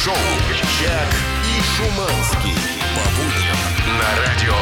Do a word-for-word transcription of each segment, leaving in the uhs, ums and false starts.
шоу «Чак и Шуманский». По будням на радио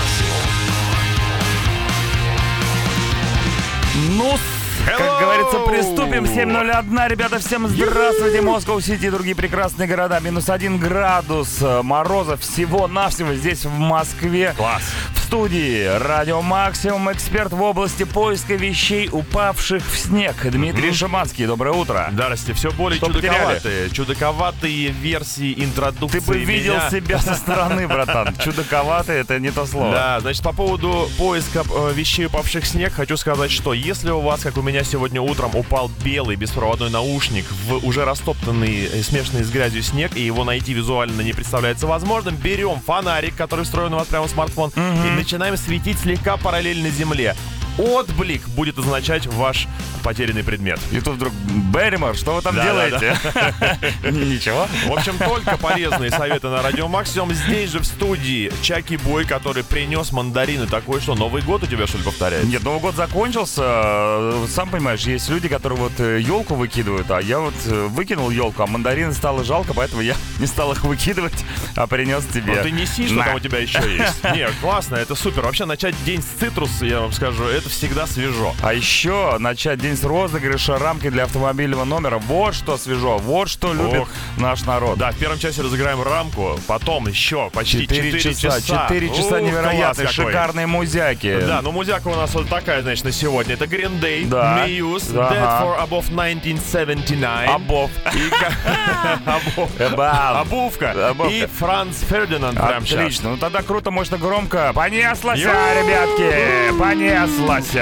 «Максимум». Ну, как Hello! говорится, приступим. семь ноль один. Ребята, всем здравствуйте. Москва-Сити и другие прекрасные города. Минус один градус мороза всего-навсего здесь, в Москве. Класс. В студии «Радио Максимум» эксперт в области поиска вещей, упавших в снег. Дмитрий mm-hmm. Шуманский. Доброе утро. Здрасте. Все более Что чудаковатые. потеряли? Чудаковатые версии интродукции. Ты бы видел меня. себя со стороны, братан. Чудаковатый — это не то слово. Да, значит, по поводу поиска э, вещей, упавших в снег, хочу сказать, что если у вас, как у меня сегодня утром, упал белый беспроводной наушник в уже растоптанный, смешанный с грязью снег, и его найти визуально не представляется возможным, берем фонарик, который встроен у вас прямо в смартфон, mm-hmm. и начинаем светить слегка параллельно земле. Отблик будет означать ваш потерянный предмет. И тут вдруг: Берримор, что вы там да, делаете? Да, да. Ничего. В общем, только полезные советы на Радио Максимум. Здесь же в студии Чаки Бой, который принес мандарины. Такое что, Новый год у тебя, что ли, повторяется? Нет, Новый год закончился. Сам понимаешь, есть люди, которые вот елку выкидывают, а я вот выкинул елку, а мандарины стало жалко, поэтому я не стал их выкидывать, а принес тебе. Ну ты неси, что На. там у тебя еще есть. Не, классно, это супер. Вообще начать день с цитруса, я вам скажу, это всегда свежо. А еще начать день с розыгрыша рамки для автомобильного номера. Вот что свежо, вот что любит Ох. наш народ. Да, в первом часе разыграем рамку, потом еще почти четыре часа. четыре часа Ух, невероятные, класс какой. шикарные музяки. Да, ну музяка у нас вот такая, значит, на сегодня. Это Green Day, Да. Muse, Ага. Dead for Above тысяча девятьсот семьдесят девять. Обов. И ка- Обув- Эбав. Обувка. Обувка. И Франц Фердинанд прямо сейчас. Отлично, ну тогда круто, мощно, громко. Понеслась, Ю! ребятки, понеслась.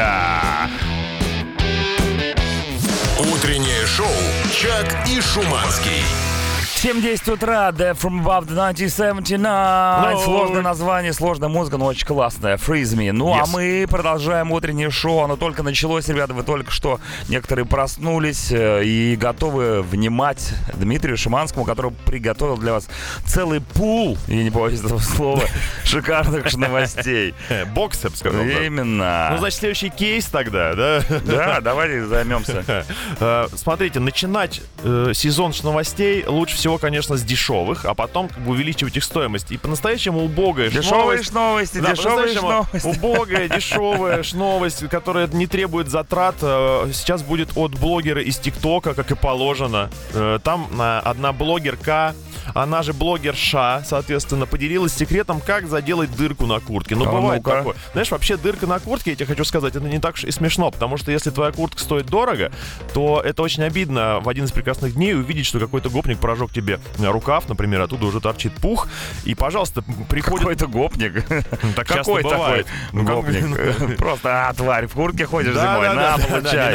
Утреннее шоу «Чак и Шуманский». семь десять утра, Dead from Above тысяча девятьсот семьдесят девять. Lord. Сложное название, сложная музыка, но очень классная. Freeze Me. Ну, Yes. а мы продолжаем утреннее шоу. Оно только началось, ребята. Вы только что некоторые проснулись э, и готовы внимать Дмитрию Шуманскому, который приготовил для вас целый пул, я не боюсь этого слова, шикарных новостей. Бокс, я бы сказал. да. Именно. Ну, значит, следующий кейс тогда, да? Да, давайте займемся. Э, Смотрите, начинать э, сезон с новостей лучше всего, конечно, с дешевых, а потом как бы увеличивать их стоимость. И по-настоящему убогая Дешевые шновость... новости, Да, дешевые по-настоящему новости. убогая, дешевая шновость, которая не требует затрат, э, сейчас будет от блогера из ТикТока, как и положено. Э, Там э, одна блогерка, она же блогерша, соответственно, поделилась секретом, как заделать дырку на куртке. Ну, А бывает ну-ка. такое. Знаешь, вообще дырка на куртке, я тебе хочу сказать, это не так уж и смешно, потому что если твоя куртка стоит дорого, то это очень обидно в один из прекрасных дней увидеть, что какой-то гопник прожег тебе рукав, например, оттуда уже торчит пух, и, пожалуйста, приходит... Какой-то гопник. Так часто Какой такой бывает. Ну, как- гопник? Просто, а, тварь, в куртке ходишь Да, зимой, да, на, да, да, получай.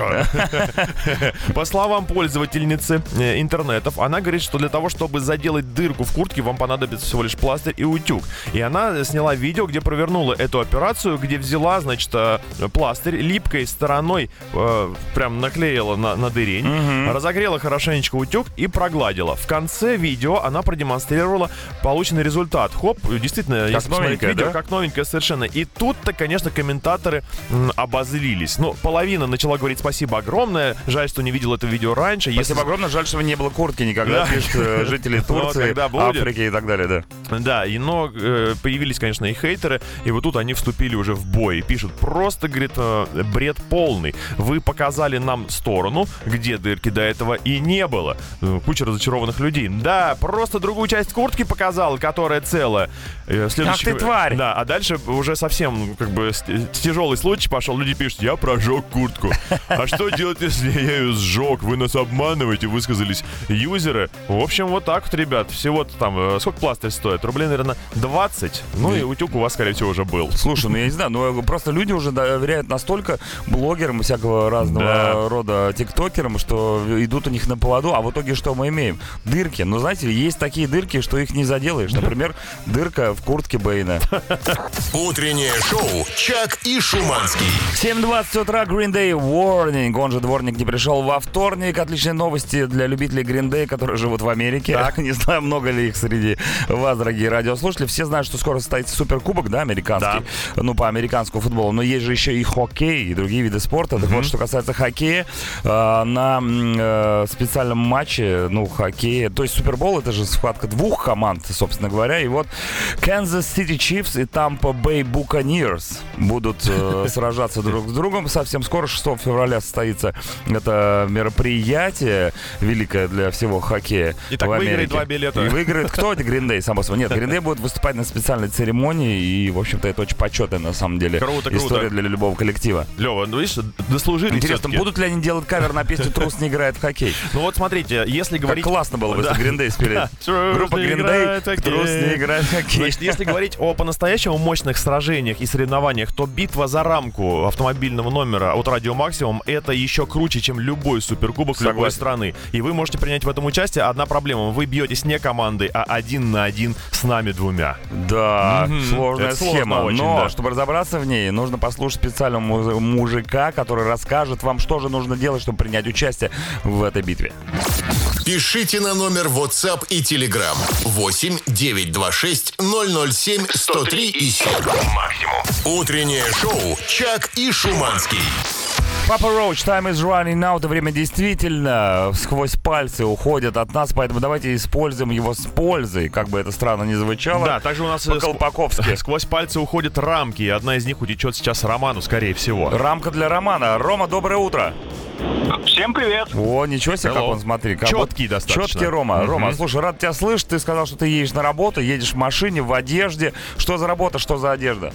ненавижу. По словам пользовательницы э, интернетов, она говорит, что для того, чтобы заделать дырку в куртке, вам понадобится всего лишь пластырь и утюг. И она сняла видео, где провернула эту операцию, где взяла, значит, э, пластырь, липкой стороной э, прям наклеила на, на дырень, Мгм. разогрела хорошенечко утюг и прогладила. В конце видео она продемонстрировала полученный результат. Хоп, действительно, если посмотреть новенькая, видео, да? как новенькая совершенно. И тут-то, конечно, комментаторы м, обозлились. Ну, половина начала говорить спасибо огромное. Жаль, что не видел это видео раньше. Спасибо Если- огромное, жаль, что не было куртки никогда, Да. пишут э, жители Ну, Турции, когда будет? Африки и так далее, да. Да, и, но э, появились, конечно, и хейтеры, и вот тут они вступили уже в бой. И пишут, просто, говорит, э, бред полный. Вы показали нам сторону, где дырки до этого и не было. Э, Куча разочарованных людей. Да, просто другую часть куртки показал, которая целая. Э, следующий- Ах ты тварь! Да, а дальше уже совсем, как бы, с- тяжелый случай пошел. Люди пишут, я прожег куртку. А что делать, если я ее сжег? Вы нас обманываете, высказались юзеры. В общем, вот так вот, ребят. Всего-то там, э, сколько пластырь стоит? Рублей, наверное, двадцать. Ну и утюг у вас, скорее всего, уже был. Слушай, ну я не знаю, ну просто люди уже доверяют настолько блогерам и всякого разного Да. рода тиктокерам, что идут у них на поводу, а в итоге что мы имеем? Дырки. Ну, знаете, есть такие дырки, что их не заделаешь. Например, дырка в куртке Бэйна. Утреннее шоу «Чак и Шуманский». семь двадцать утра, Green Day Warning. Он же дворник не пришел во вторник. Отличные новости для любителей Green Day, которые живут в Америке. Так. Не знаю, много ли их среди вас, дорогие радиослушатели. Все знают, что скоро состоится суперкубок, да, американский. Да. Ну, по американскому футболу. Но есть же еще и хоккей, и другие виды спорта. Mm-hmm. Так вот, что касается хоккея, э, на э, специальном матче, ну, хоккея, то есть Супербол, это же схватка двух команд, собственно говоря. И вот Kansas City Chiefs и Tampa Bay Buccaneers будут э, сражаться друг с другом. Совсем скоро, шестого февраля, состоится это мероприятие великое для всего хоккея. Итак, в Америке. Выиграет два билета. И выиграет кто? Green Day, само собой. Нет, Green Day будет выступать на специальной церемонии, и, в общем-то, это очень почетная, на самом деле, круто, история круто. для любого коллектива. Лёва, ну видишь, дослужили. Интересно, все-таки. будут ли они делать кавер на песню «Трус не играет в хоккей»? Ну вот смотрите, если говорить... Как классно было бы, если Да. Green Day спели. Группа Green Day «Трус не играет в хоккей». Значит, если говорить о по-настоящему мощных сражениях и соревнованиях, то битва за рамку автомобильного номера от Радио Максимум — это еще круче, чем любой суперкубок Согласен. любой страны. И вы можете принять в этом участие. Одна проблема — вы бьетесь не командой, а один на один с нами двумя. Да, Мгм. сложная Это сложно схема. очень, Но, да. чтобы разобраться в ней, нужно послушать специального муз- мужика, который расскажет вам, что же нужно делать, чтобы принять участие в этой битве. Пишите на номер WhatsApp и Telegram восемь девятьсот двадцать шесть ноль ноль семь сто три и семь. Максимум. Утреннее шоу «Чак и Шуманский». Папа Роуч, time is running out. Это время действительно сквозь пальцы уходит от нас, поэтому давайте используем его с пользой, как бы это странно ни звучало. Да, также у нас э, по-колпаковски. ск- сквозь пальцы уходят рамки, и одна из них утечет сейчас Роману, скорее всего. Рамка для Романа. Рома, доброе утро. Всем привет. О, ничего себе, Hello. как он, смотри. Как Чёткий вот- достаточно. Чёткий Рома. Мгм. Рома, слушай, рад тебя слышать. Ты сказал, что ты едешь на работу, едешь в машине, в одежде. Что за работа, что за одежда?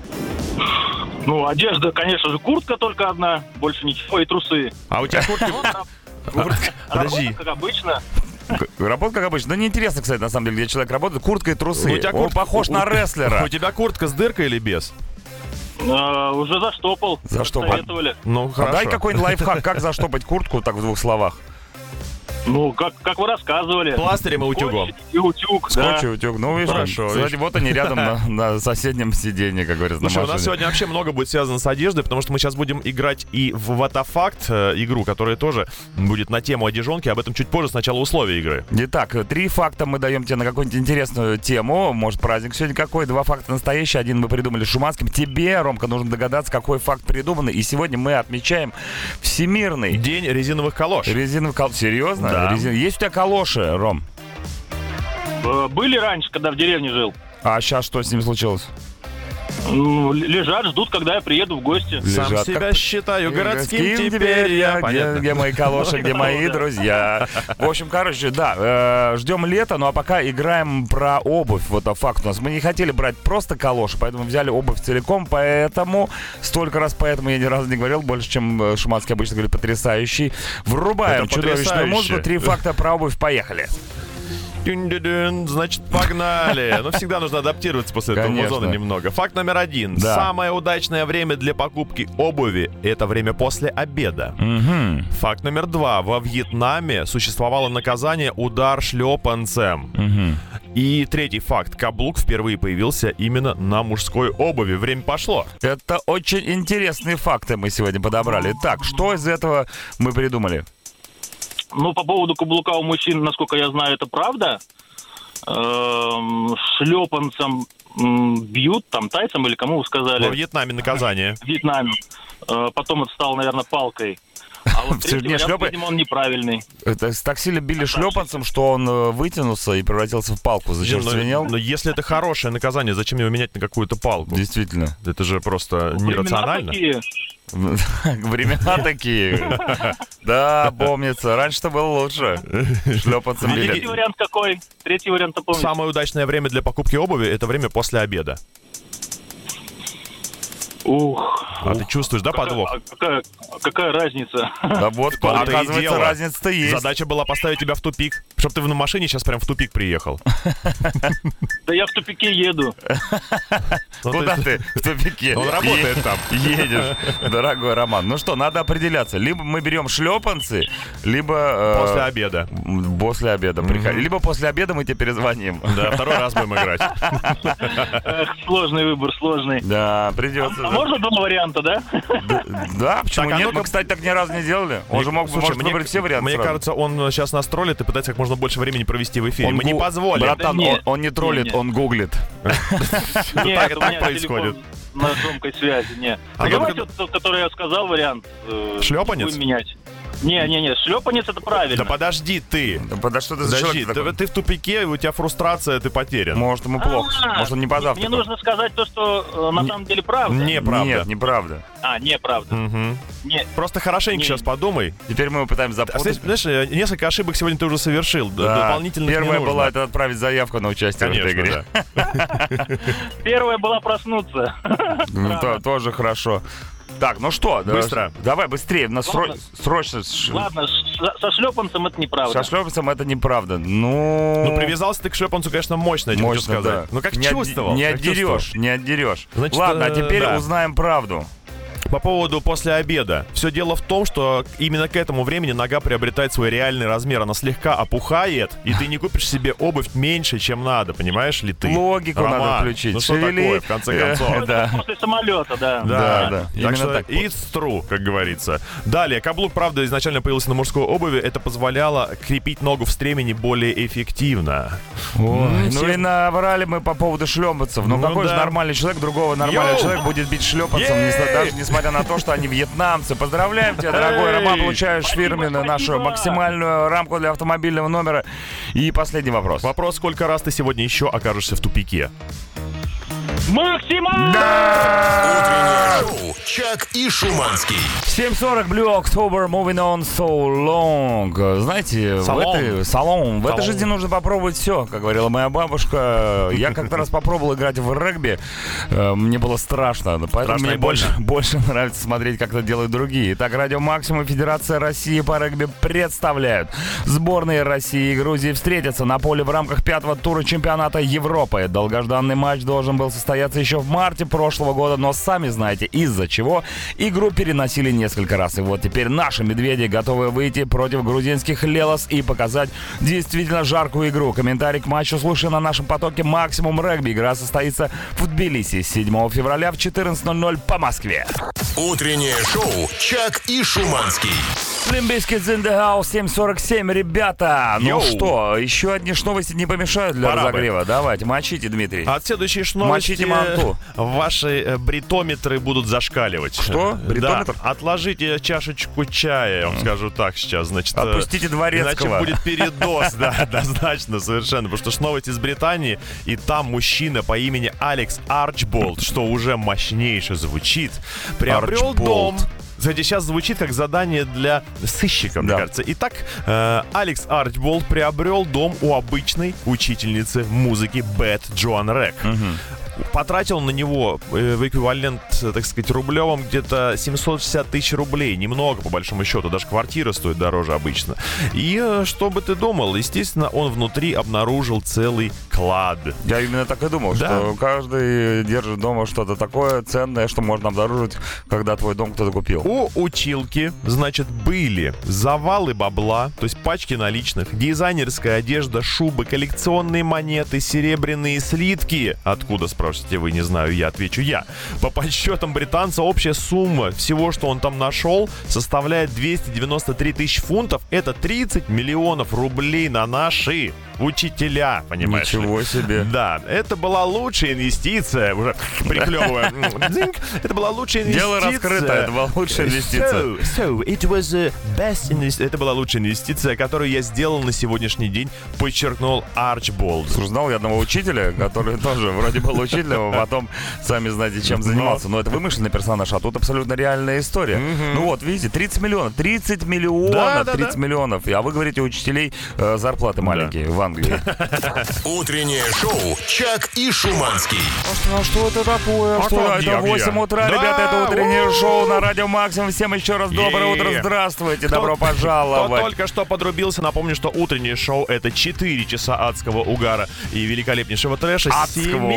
Ну, одежда, конечно же, куртка только одна, больше ничего, и трусы. А у тебя куртка... Подожди. Работа, как обычно. К- Работа, как обычно. Ну, неинтересно, кстати, на самом деле, где человек работает. Куртка и трусы. Ну, у тебя Он куртка- похож у- на у- рестлера. У тебя куртка с дыркой или без? Э, уже заштопал. Заштопал. Советовали. Ну, А хорошо. дай какой-нибудь лайфхак, как заштопать куртку, так в двух словах. Ну, как, как вы рассказывали. Пластырем и утюгом. Скотч и утюг, да. Скотч и утюг. Ну, видишь, Хорошо, кстати, видишь. вот они рядом на, на соседнем сиденье, как говорится, Слушай, на у нас машине. сегодня вообще много будет связано с одеждой, потому что мы сейчас будем играть и в Ватафакт, э, игру, которая тоже будет на тему одежонки. Об этом чуть позже, сначала условия игры. Итак, три факта мы даем тебе на какую-нибудь интересную тему. Может, праздник сегодня какой. Два факта настоящие. Один мы придумали с Шуманским. Тебе, Ромка, нужно догадаться, какой факт придуманный. И сегодня мы отмечаем Всемирный День резиновых калош. резиновый кал... Серьезно? Да. Резин- Есть у тебя калоши, Ром? Э, Были раньше, когда в деревне жил. А сейчас что с ними случилось? Ну, л- лежат, ждут, когда я приеду в гости. Сам Лежат. себя Как- считаю городским Городским теперь я. где, Понятно. где мои калоши, где мои друзья. В общем, короче, да, э, ждем лета, ну а пока играем про обувь. Вот это факт у нас. Мы не хотели брать просто калоши, поэтому взяли обувь целиком, поэтому, столько раз поэтому я ни разу не говорил, больше, чем э, Шуманский обычно говорит, потрясающий. Врубаем Это чудовищную потрясающе. музыку, три факта про обувь, поехали. Дюн-дюн-дюн, значит, погнали. Но всегда нужно адаптироваться после этого Конечно. музона немного. Факт номер один. Да. Самое удачное время для покупки обуви — это время после обеда. Угу. Факт номер два. Во Вьетнаме существовало наказание «удар шлепанцем». Угу. И третий факт. Каблук впервые появился именно на мужской обуви. Время пошло. Это очень интересные факты мы сегодня подобрали. Так, что из этого мы придумали? Ну, по поводу каблука у мужчин, насколько я знаю, это правда. Эм, шлепанцем м, бьют, там, тайцам или кому вы сказали? Во Вьетнаме наказание. В Вьетнаме. Э, потом это стало, наверное, палкой. А вот Всё, третий не, вариант, шлёпай- видимо, он неправильный. Это так сильно били шлепанцем, что он э, вытянулся и превратился в палку. Зачем Дим, ну, свинел? но если это хорошее наказание, зачем его менять на какую-то палку? Действительно. Это же просто Времена нерационально. такие. Времена такие. Да, помнится. Раньше-то было лучше. Шлепанцем А били. третий вариант какой? Третий вариант, помните? Самое удачное время для покупки обуви — это время после обеда. Ух. А ты чувствуешь, да, подвох? Какая, какая, какая разница? Да вот, том-то и оказывается, дело. разница-то есть. Задача была поставить тебя в тупик. Чтоб ты на машине сейчас прям в тупик приехал. Да я в тупике еду. Ну, Куда то есть- ты? В тупике. Он работает Е- там. Едешь, дорогой Роман. Ну что, надо определяться. Либо мы берем шлепанцы, либо... э, После обеда. м, После обеда приходи. Либо после обеда мы тебе перезвоним. Да, второй раз будем играть. Эх, сложный выбор, сложный. Да, придется. А можно два варианта, да? Да, почему Так, а нет? ну-ка- Мы, кстати, так ни разу не делали. Он же мог Слушай, может выбрать все варианты Мне сразу. кажется, он сейчас нас троллит и пытается как можно больше времени провести в эфире. Он Мы не гу- позволим. Братан, Да он, нет. он не троллит, Не-не. он гуглит. Нет, так- у так меня происходит. телефон на громкой связи, не. А А ну-ка- давайте вот тот, который я сказал, вариант. э, Шлепанец? будем менять. Не-не-не, шлепанец это правильно. Да подожди ты. Да подожди, что ты за Подожди, человек ты, такой? ты в тупике, у тебя фрустрация, ты потерян. Может, ему плохо. А, Может, он не Мне позавтракал. нужно сказать то, что э, на самом деле правда. Неправда. Нет, неправда. А, неправда. Мгм. Не. Просто хорошенько Не. сейчас подумай. Теперь мы его пытаемся А, запутать. знаешь, знаешь, э, несколько ошибок сегодня ты уже совершил. Д- Да. Дополнительных не Первая нужно. была это отправить заявку на участие в этой Конечно, игре. да. Первая была проснуться. Ну, то- тоже хорошо. Так, ну что? да, Быстро. Давай быстрее. У нас сро- Ладно. срочно. ш- Ладно, с- со шлепанцем это неправда. Со шлепанцем это неправда. Ну... Ну, привязался ты к шлепанцу, конечно, мощно, я тебе хочу Мощно, сказать. да. Ну, как не отде- чувствовал. Не как чувствовал. отдерешь, не отдерешь. Значит, Ладно, а э, теперь да. узнаем правду. По поводу после обеда. Все дело в том, что именно к этому времени нога приобретает свой реальный размер. Она слегка опухает, и ты не купишь себе обувь меньше, чем надо, понимаешь ли ты? Логику Роман, надо включить. Ну что Шевели. такое, в конце концов? Э, Да. После самолета, да. Да, да. Так Именно что так. it's true, как говорится. Далее, каблук, правда, изначально появился на мужской обуви. Это позволяло крепить ногу в стремени более эффективно. Ой, М, ну все- и наврали мы по поводу шлепанцев. Ну, Ну какой же да. нормальный человек другого нормального Йоу! человека будет бить шлепанцем, Ей! несмотря- даже несмотря на то, что они вьетнамцы. Поздравляем тебя, дорогой Эй! Роман, получаешь фирменную нашу спасибо. максимальную рамку для автомобильного номера. И последний вопрос. Вопрос, сколько раз ты сегодня еще окажешься в тупике? Максимум! Утреннее шоу «Чак и Шуманский». семь сорок Blue October, moving on so long. Знаете, в Салон. этой, салон. В этой Салон. жизни нужно попробовать все, как говорила моя бабушка. Я как-то раз попробовал играть в регби. Э, Мне было страшно, поэтому Страшно мне и больно. больше, больше нравится смотреть, как это делают другие. Итак, Радио Максимум и Федерация России по регби представляют. Сборные России и Грузии встретятся на поле в рамках пятого тура чемпионата Европы. Долгожданный матч должен был состояться еще в марте прошлого года, но сами знаете, из-за чего игру переносили несколько раз. И вот теперь наши медведи готовы выйти против грузинских Лелос и показать действительно жаркую игру. Комментарий к матчу слушай на нашем потоке Максимум Регби. Игра состоится в Тбилиси седьмого февраля в четырнадцать ноль ноль по Москве. Утреннее шоу «Чак и Шуманский». Slim Biscuits in the house, семь сорок семь, ребята. Ну Йоу. что, еще одни новости не помешают для Пора бы. разогрева. Давайте, мочите, Дмитрий. От следующей ж новости Мочите манту. ваши э, бритометры будут зашкаливать. Что? Э, Бритометр? Да. Отложите чашечку чая, я вам скажу так сейчас. Значит, э, Отпустите Дворецкого. Иначе будет передоз, да, однозначно, совершенно. Потому что ж новость из Британии, и там мужчина по имени Алекс Арчболд, что уже мощнейше звучит, приобрел Арчболд. дом. Кстати, сейчас звучит как задание для сыщика, мне Да. кажется. Итак, э, Алекс Арчболд приобрел дом у обычной учительницы музыки Бет Джоан Рэк. Потратил на него э, в эквивалент, э, так сказать, рублевом где-то семьсот шестьдесят тысяч рублей. Немного, по большому счету. Даже квартира стоит дороже обычно. И э, что бы ты думал? Естественно, он внутри обнаружил целый клад. Я именно так и думал, Да. что каждый держит дома что-то такое ценное, что можно обнаружить, когда твой дом кто-то купил. У училки, значит, были завалы бабла, то есть пачки наличных, дизайнерская одежда, шубы, коллекционные монеты, серебряные слитки. Откуда, спрашиваете вы, не знаю, я отвечу я. По подсчетам британца, общая сумма всего, что он там нашел, составляет двести девяносто три тысячи фунтов. Это тридцать миллионов рублей на наши учителя, понимаешь ли? Ничего себе. Да, это была лучшая инвестиция, уже приклевывая. Дзинь. Это была лучшая инвестиция. Дело раскрыто, это была лучшая инвестиция. So, so it was the best invest- Это была лучшая инвестиция, которую я сделал на сегодняшний день, подчеркнул Арчболд. Слушай, знал я одного учителя, который тоже вроде был учителем, а потом сами знаете, чем занимался. Но это вымышленный персонаж, а тут абсолютно реальная история. Ну вот, видите, тридцать миллионов. тридцать миллионов, Да, да, тридцать да. миллионов. А вы говорите, у учителей э, зарплаты маленькие в Англии. Утреннее шоу «Чак и Шуманский». А что это такое? А Что как, это? где, восемь где? утра, Да, ребята, это утреннее у-у-у. шоу на Радио Максимум. Всем еще раз доброе Е. утро, здравствуйте, добро Кто пожаловать. только что подрубился, напомню, что утреннее шоу — это четыре часа адского угара и великолепнейшего трэша. с Адского семи угара.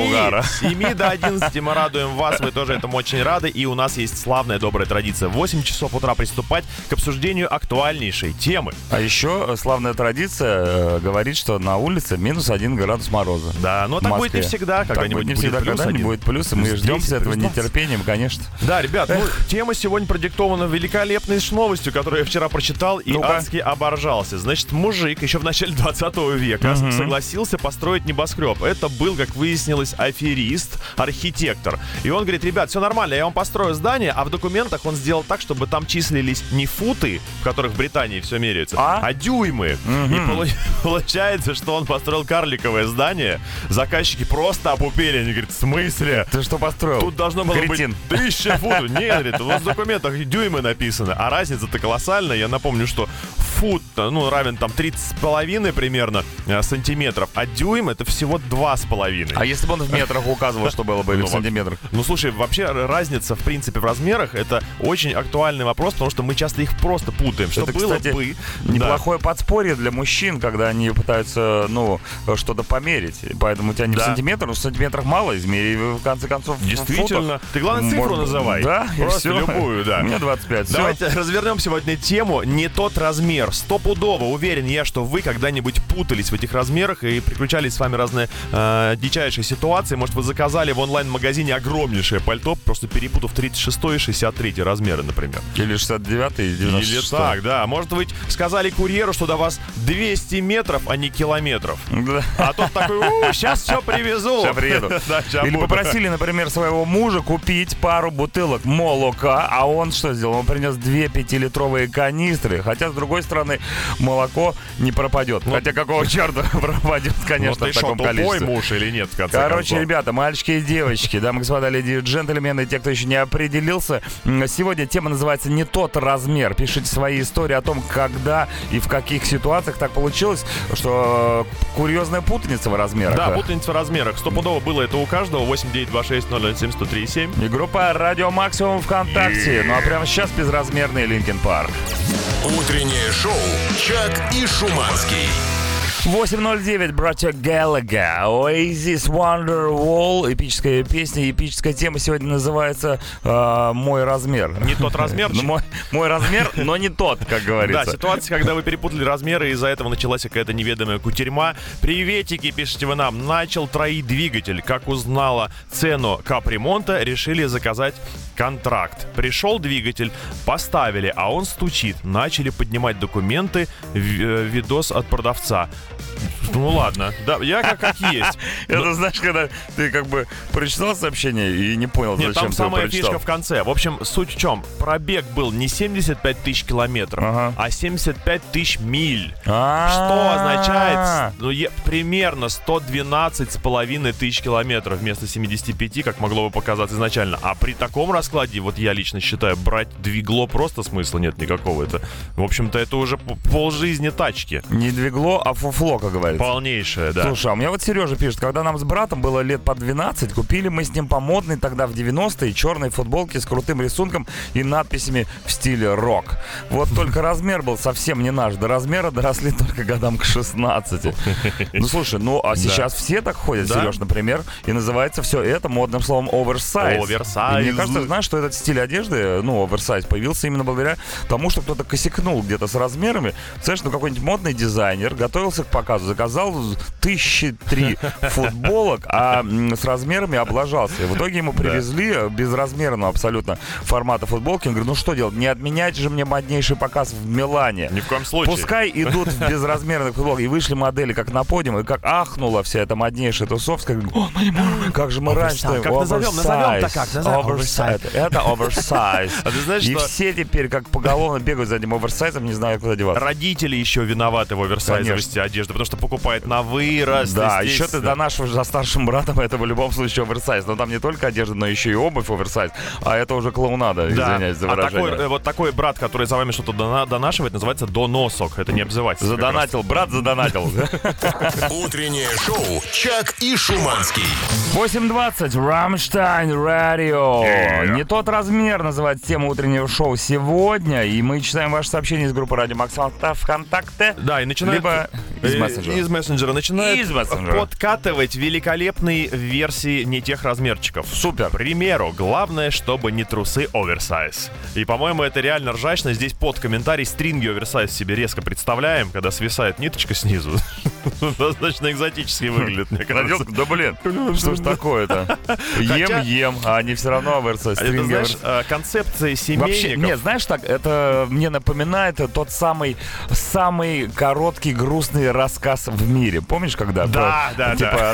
С семи до одиннадцати мы радуем вас, вы тоже этому очень рады. И у нас есть славная добрая традиция. В восемь часов утра приступать к обсуждению актуальнейшей темы. А еще славная традиция э, говорит, что на улице минус один градус мороза. Да, но так будет не всегда. Когда-нибудь не будет всегда, плюс когда-нибудь один. будет плюс, и мы Плюс ждем с десять, этого плюс двадцать. нетерпением, конечно. Да, ребят, ну, тема сегодня продиктована великолепной новостью, которую я вчера прочитал и Ну-ка. адски оборжался. Значит, мужик еще в начале двадцатого века Мгм. согласился построить небоскреб. Это был, как выяснилось, аферист, архитектор. И он говорит: ребят, все нормально, я вам построю здание, а в документах он сделал так, чтобы там числились не футы, в которых в Британии все меряется, А? а дюймы. Мгм. И полу- получается, что он построил карликовое здание. Заказчики просто опупели. Они говорят: в смысле? Ты что построил? Тут должно было Кретин. быть тысяча футов. Нет, говорит, у вас в документах дюймы написаны. А разница-то колоссальная. Я напомню, что фут, ну, равен там тридцать с половиной примерно э, сантиметров, а дюйм — это всего два с половиной. А если бы он в метрах указывал, что было бы, или Ну, в сантиметрах? Ну, слушай, вообще р- разница, в принципе, в размерах — это очень актуальный вопрос, потому что мы часто их просто путаем. Что Это, было кстати, бы... неплохое подспорье для мужчин, когда они пытаются, ну, что-то померить. И поэтому у тебя не Да. в сантиметрах, но в сантиметрах мало, измери, в конце концов, Да. в Действительно. футах. Ты, главное, цифру Может, называй. Да, и Просто всё. любую, да. У меня двадцать пять, всё. Давайте развернем сегодня тему «Не тот размер». Стопудово уверен я, что вы когда-нибудь путались в этих размерах и приключались с вами разные э, дичайшие ситуации. Может, вы заказали в онлайн-магазине огромнейшее пальто, просто перепутав тридцать шестой и шестьдесят третий размеры, например. Или шестьдесят девятый и девяносто Или шестой. так, да. Может, вы сказали курьеру, что до вас двести метров, а не километров. Да. А тот такой: у, сейчас все привезу. Ща приеду. Да, ща Или буду. попросили, например, своего мужа купить пару бутылок молока, а он что сделал? Он принес две пятилитровые канистры. Хотя, с другой стороны, молоко не пропадет. Хотя какого черта пропадет, Ну, конечно, ты в шо, таком тупой количестве. муж или нет, в конце Короче, концов? ребята, мальчики и девочки, дамы и господа, леди и джентльмены, те, кто еще не определился, м, сегодня тема называется «Не тот размер». Пишите свои истории о том, когда и в каких ситуациях так получилось, что э, курьезная путаница в размерах. Да, путаница в размерах. Стопудово было это у каждого. восемь девять два шесть ноль ноль семь сто три семь. И группа «Радио Максимум» ВКонтакте. Ну а прямо сейчас безразмерный Линкин Парк. Утреннее шоу «Чак и Шуманский». восемь ноль девять, братья Галлага, Oasis Wonderwall, эпическая песня, эпическая тема сегодня называется э, «Мой размер». Не тот размер. Ну, мой, мой размер, но не тот, как Да, говорится. ситуация, когда вы перепутали размеры, и из-за этого началась какая-то неведомая кутерьма. Приветики, пишите вы нам. Начал троить двигатель. Как узнала цену капремонта, решили заказать контракт. Пришел двигатель, поставили, а он стучит. Начали поднимать документы, ви- э, видос от продавца. Ну ладно, да, я как, как есть. Это знаешь, когда ты как бы прочитал сообщение и не понял, Нет, зачем там ты его самая прочитал. фишка в конце. В общем, суть в чем? Пробег был не семьдесят пять тысяч километров, Ага. а семьдесят пять тысяч миль. А-а-а. Что означает, ну, е- примерно сто двенадцать с половиной тысяч километров вместо семидесяти пяти, как могло бы показаться изначально. А при таком раскладе, вот я лично считаю, брать двигло просто смысла нет никакого. Это, в общем-то, это уже п- полжизни тачки. Не двигло, а фуфло, как говорится. Полнейшее, да. Слушай, а у меня вот Сережа пишет, когда нам с братом было лет по двенадцать, купили мы с ним по модной тогда в девяностые черной футболке с крутым рисунком и надписями в стиле рок. Вот только размер был совсем не наш. До размера доросли только годам к шестнадцати. Ну слушай, ну а сейчас все так ходят, Да. Сереж, например, и называется все это модным словом оверсайз. Оверсайз. И мне кажется, знаешь, что этот стиль одежды, ну, оверсайз, появился именно благодаря тому, что кто-то косякнул где-то с размерами. Знаешь, ну какой-нибудь модный дизайнер готовился к показу, заказал тысячи три футболок, а м, с размерами облажался. И в итоге ему привезли безразмерного абсолютно формата футболки. Он говорит, ну что делать, не отменять же мне моднейший показ в Милане. Ни в коем случае. Пускай идут в безразмерных футболках. И вышли модели как на подиум, и как ахнула вся эта моднейшая тусовка. О, как же мы раньше-то... Как назовем? Назовем-то как? Назовем. Оверсайз. Это оверсайз. А ты знаешь, И что все теперь как поголовно бегают за этим оверсайзом, не знаю, куда деваться. родители еще виноваты в оверсайзовости одежды, потому что покупают на вырост. Да, еще ты естественно. донашиваешь за старшим братом, это в любом случае оверсайз. Но там не только одежда, но еще и обувь оверсайз. А это уже клоунада, Да. извиняюсь за А выражение. такой, э, вот такой брат, который за вами что-то дона- донашивает, называется доносок. Это не обзывательство. как раз. Задонатил, брат задонатил. Утреннее шоу «Чак и Шуманский». восемь двадцать, Рамштайн Радио. Не тот размер называется тема утреннего шоу сегодня. И мы читаем ваши сообщения из группы Радио Макс ВКонтакте. Да, и начинают... Либо из э, мессенджера. Из из мессенджера начинают Из мессенджера. подкатывать великолепные версии не тех размерчиков. Супер. К примеру, главное, чтобы не трусы оверсайз. И, по-моему, это реально ржачно. Здесь под комментарий стринги оверсайз себе резко представляем, когда свисает ниточка снизу. Достаточно экзотически выглядит, мне кажется. Да блин, что ж такое-то? Ем-ем, а они все равно оверсайз. Это, знаешь, концепция семейников. Вообще, нет, знаешь так, это мне напоминает тот самый самый короткий грустный рассказ в мире. Помнишь, когда? Да, про, да, типа,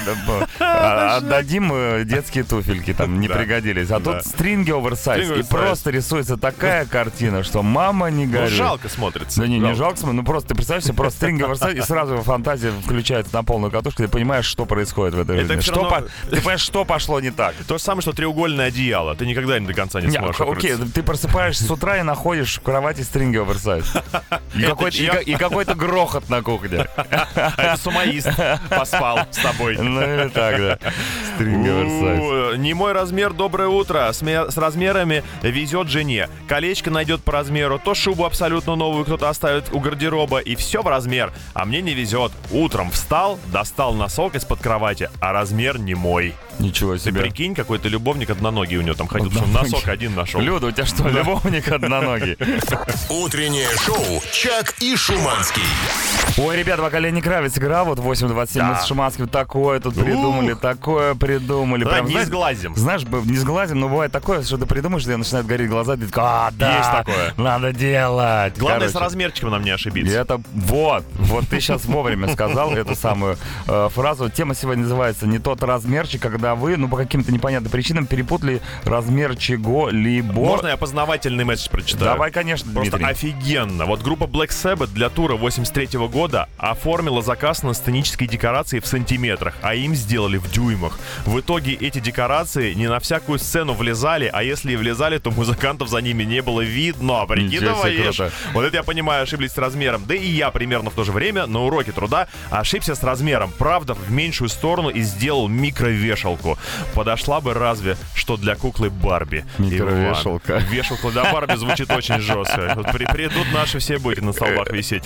да. Отдадим детские туфельки, там не да. пригодились. А Да. тут стринги оверсайз. И просто рисуется такая картина, что мама не горюй. Ну, жалко смотрится. Да не, не жалко, ну просто ты представь себе, просто стринги оверсайз, и сразу фантазия включается на полную катушку, ты понимаешь, что происходит в этой Это жизни. всё Что равно- по- Ты понимаешь, что пошло не так. То же самое, что треугольное одеяло. Ты никогда не до конца не Не, сможешь окей, укрыться. ты просыпаешься с утра и находишь в кровати стринги оверсайз. И какой-то, и, чья? ка- и какой-то грохот на кухне. А это сумоист поспал с тобой. Ну и так, да. Стринги оверсайз. У, Не мой размер, доброе утро. С, ме- с размерами везет жене. Колечко найдет по размеру. То шубу абсолютно новую кто-то оставит у гардероба. И все в размер. А мне не везет. Утром встал, достал носок из-под кровати, а размер не мой. Ничего Ты себе. прикинь, какой-то любовник одноногий у него там ходил, потому что Одноногий. носок один нашел. Люда, у тебя что, любовник одноногий? Утреннее шоу «Чак и Шуманский». Ой, ребят, пока Лени Кравец играл, вот восемь двадцать семь Да. мы с Шиманским такое тут придумали, Ух. такое придумали. Да, Прям, не знаешь, сглазим. Знаешь, б- не сглазим, но бывает такое, что ты придумаешь, и начинают гореть глаза, ты такой, а, да, Есть такое. надо делать. Главное, Короче. с размерчиком нам не И ошибиться. это вот, вот ты сейчас вовремя сказал эту самую э, фразу. Тема сегодня называется «Не тот размерчик», когда вы, ну, по каким-то непонятным причинам перепутали размер чего-либо. Можно я познавательный месседж прочитаю? Давай, конечно, Просто Дмитрий. офигенно. Вот группа Black Sabbath для тура восемьдесят третьего года оформила заказ на сценические декорации в сантиметрах, а им сделали в дюймах. В итоге эти декорации не на всякую сцену влезали, а если и влезали, то музыкантов за ними не было видно. Прикидываешь? круто. Вот это я понимаю, ошиблись с размером. Да и я примерно в то же время на уроке труда ошибся с размером. Правда, в меньшую сторону и сделал микровешалку. Подошла бы разве что для куклы Барби. Микровешалка. Иван, вешалка для Барби звучит очень жестко. Вот при- придут наши все будете на столбах висеть.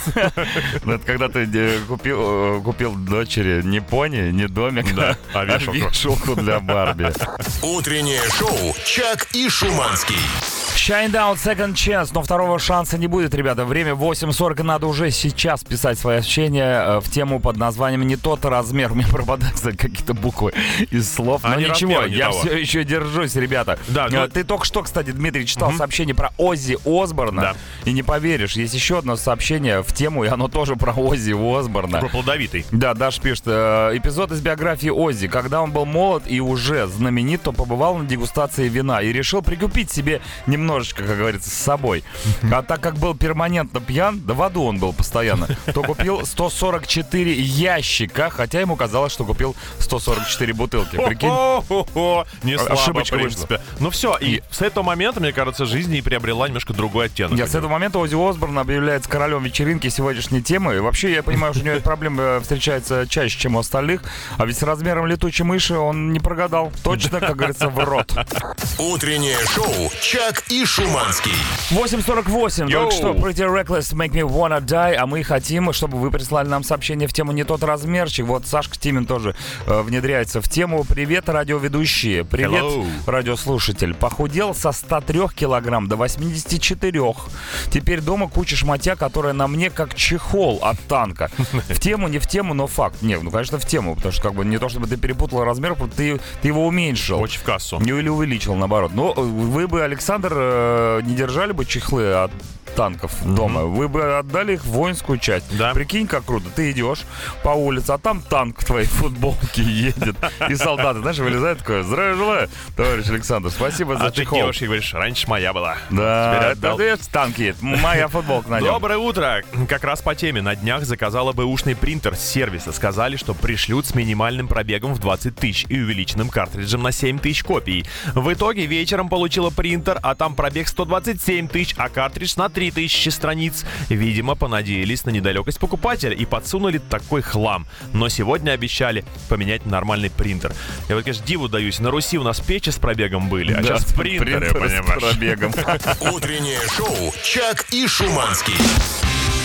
Ну, это когда ты э, купил, э, купил дочери не пони, не домик, Да, а вешалку. вешалку для Барби. Утреннее шоу «Чак и Шуманский». Shine Down Second Chance, но второго шанса не будет, ребята. Время восемь сорок, и надо уже сейчас писать свои ощущения э, в тему под названием «Не тот размер». У меня пропадают, кстати, какие-то буквы из слов. Но А не ничего, размер, не я того. все еще держусь, ребята. Да, ну- Э, Ты только что, кстати, Дмитрий, читал сообщение про Оззи Осборна. Да. И не поверишь, есть еще одно сообщение в тему, и оно тоже про Оззи Осборна. Такой плодовитый. Да, Даша пишет, э, эпизод из биографии Оззи. Когда он был молод и уже знаменит, то побывал на дегустации вина и решил прикупить себе немножечко, как говорится, с собой. А так как был перманентно пьян, да в аду он был постоянно, то купил сто сорок четыре ящика, хотя ему казалось, что купил сто сорок четыре бутылки. Прикинь? Хо-хо-хо. Не слабо, Ошибочка в принципе. Ну все, и И- с этого момента, мне кажется, жизнь и приобрела немножко другой оттенок. Я с этого момента Оззи Осборн объявляется королем вечеринки сегодняшней темы. И вообще, я понимаю, что у него эта проблема встречается чаще, чем у остальных. А ведь с размером летучей мыши он не прогадал. Точно, как говорится, в рот. Утреннее шоу «Чак и Шуманский». восемь сорок восемь. Йоу. Только что Pretty Reckless Make Me Wanna Die. А мы хотим, чтобы вы прислали нам сообщение в тему «Не тот размерчик». Вот Сашка Тимин тоже э, внедряется в тему. Привет, радиоведущие. Привет, Hello. радиослушатель. Похудел со ста трёх килограмм до восьмидесяти четырёх. Теперь дома куча шматья, которая на мне как чехол от танка. В тему, не в тему, но факт. Нет, ну, конечно, в тему. Потому что как бы не то, чтобы ты перепутал размер, просто ты, ты его уменьшил. Очень в кассу. Не или увеличил, наоборот. Но э, вы бы, Александр, э, не держали бы чехлы от танков дома, вы бы отдали их в воинскую часть. Да. Прикинь, как круто. Ты идешь по улице, а там танк в твоей футболке едет. И солдаты, знаешь, вылезают такое: здравия желаю, товарищ Александр, спасибо за А ты чехол. девушке говоришь, раньше моя была. Да, Теперь да, отдал. ты танк едет. Моя футболка на нем. Доброе утро! Как раз по теме. На днях заказала бэушный принтер с сервиса. Сказали, что пришлют с минимальным пробегом в двадцать тысяч и увеличенным картриджем на семь тысяч копий. В итоге вечером получила принтер, а там пробег сто двадцать семь тысяч, а картридж на три тысячи страниц. Видимо, понадеялись на недалекость покупателя и подсунули такой хлам. Но сегодня обещали поменять на нормальный принтер. Я вот, конечно, диву даюсь. На Руси у нас печи с пробегом были, а Да, сейчас принтеры, принтеры с понимаешь? пробегом. Утреннее шоу «Чак и Шуманский».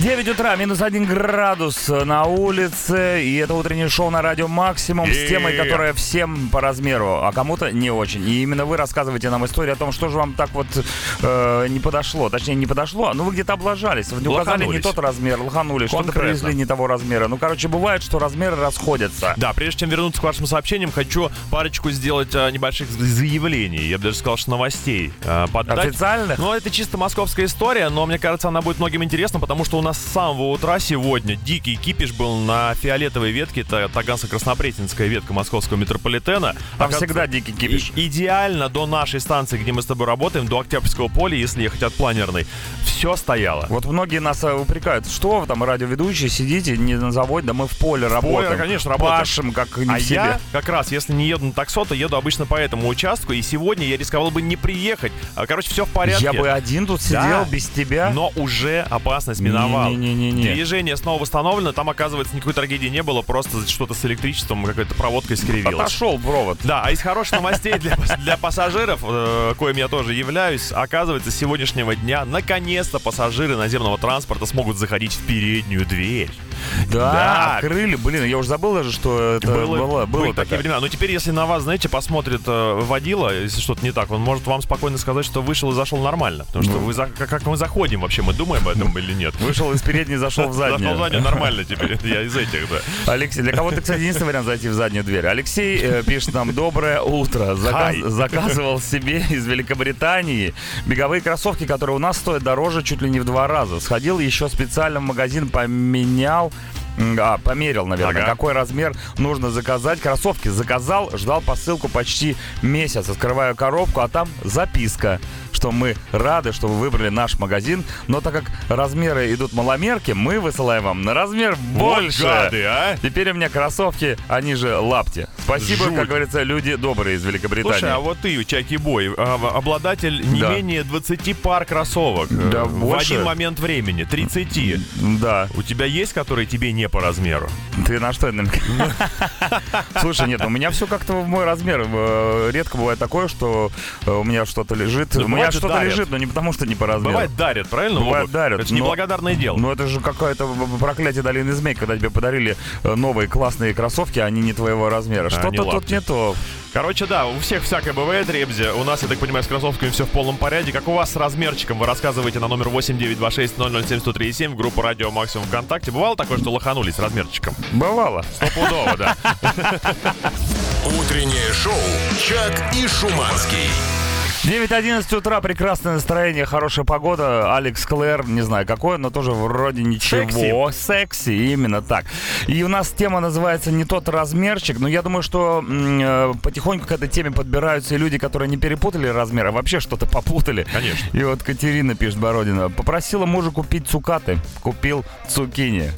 девять утра, минус один градус на улице. И это утреннее шоу на радио «Максимум» с темой, которая всем по размеру, а кому-то не очень. И именно вы рассказываете нам историю о том, что же вам так вот э, не подошло. Точнее, не подошло, но вы где-то облажались. Вы не указали не тот размер, лоханулись, что-то привезли не того размера. Ну, короче, бывает, что размеры расходятся. Да, прежде чем вернуться к вашим сообщениям, хочу парочку сделать а, небольших заявлений. Я бы даже сказал, что новостей. А, поддать. Официальных? Ну, это чисто московская история, но мне кажется, она будет многим интересна, потому что у нас с самого утра сегодня дикий кипиш был на фиолетовой ветке. Это Таганско-Краснопресненская ветка московского метрополитена. Там а всегда дикий кипиш. И, идеально до нашей станции, где мы с тобой работаем, до Октябрьского поля, если ехать от Планерной, все стояло. Вот многие нас упрекают, что вы там, радиоведущие, сидите не на заводе, да мы в поле в работаем. Поле, конечно, работаем. Пашем, как не а в себе. Я как раз, если не еду на таксо, то еду обычно по этому участку, и сегодня я рисковал бы не приехать. Короче, все в порядке. Я бы один тут сидел, да, без тебя. Но уже опасность миновала. Не-не-не-не. Движение снова восстановлено, там, оказывается, никакой трагедии не было, просто что-то с электричеством, какая-то проводка искривилась. Отошел провод. Да, а из хороших новостей для, для пассажиров, э, коим я тоже являюсь, оказывается, с сегодняшнего дня наконец-то пассажиры наземного транспорта смогут заходить в переднюю дверь. Да, да, открыли, блин, я уже забыл даже, что это было, было, было такие времена. Но теперь, если на вас, знаете, посмотрит э, водила, если что-то не так, он может вам спокойно сказать, что вышел и зашел нормально. Потому что ну. вы за, как, как мы заходим вообще, мы думаем об этом или нет? Вышел из передней, зашел в заднюю. Зашел в заднюю нормально теперь, я из этих, да. Алексей, для кого-то, кстати, единственный вариант зайти в заднюю дверь. Алексей э, пишет нам: доброе утро. Заказ, заказывал себе из Великобритании беговые кроссовки, которые у нас стоят дороже чуть ли не в два раза. Сходил еще специально в магазин, поменял. А, померил, наверное, ага. какой размер нужно заказать. Кроссовки заказал, ждал посылку почти месяц. Открываю коробку, а там записка, что мы рады, что вы выбрали наш магазин, но так как размеры идут маломерки, мы высылаем вам на размер больше. Вот гады, а? Теперь у меня кроссовки, они же лапти. Спасибо, Жуть. Как говорится, люди добрые из Великобритании. Слушай, а вот ты, Чаки-бой, обладатель не да. менее двадцати пар кроссовок да, в больше. один момент времени, тридцати. Да. У тебя есть, которые тебе не по размеру? Ты на что это? Слушай, нет, у меня все как-то в мой размер. Редко бывает такое, что у меня что-то лежит. У меня что-то дарят. лежит, но не потому, что не по размеру. Бывает дарят, правильно? Бывает обувь? дарят. Это но, неблагодарное дело. Ну это же какое-то проклятие долины змей, когда тебе подарили новые классные кроссовки, а они не твоего размера. А, что-то тут не то. Короче, да, у всех всякое бывает, Ребзи. У нас, я так понимаю, с кроссовками все в полном порядке. Как у вас с размерчиком? Вы рассказываете на номер восемь девять два шесть ноль ноль семь сто три семь в группу Радио Максимум ВКонтакте. Бывало такое, что лоханулись с размерчиком? Бывало. Стопудово, да. Утреннее шоу «Чак и Шуманский». девять одиннадцать утра, прекрасное настроение, хорошая погода. Алекс Клэр, не знаю какое, но тоже вроде ничего. Секси. Секси, именно так. И у нас тема называется «Не тот размерчик». Но я думаю, что м- потихоньку к этой теме подбираются и люди, которые не перепутали размер, а вообще что-то попутали. Конечно. И вот Катерина пишет, Бородина: попросила мужа купить цукаты, купил цукини.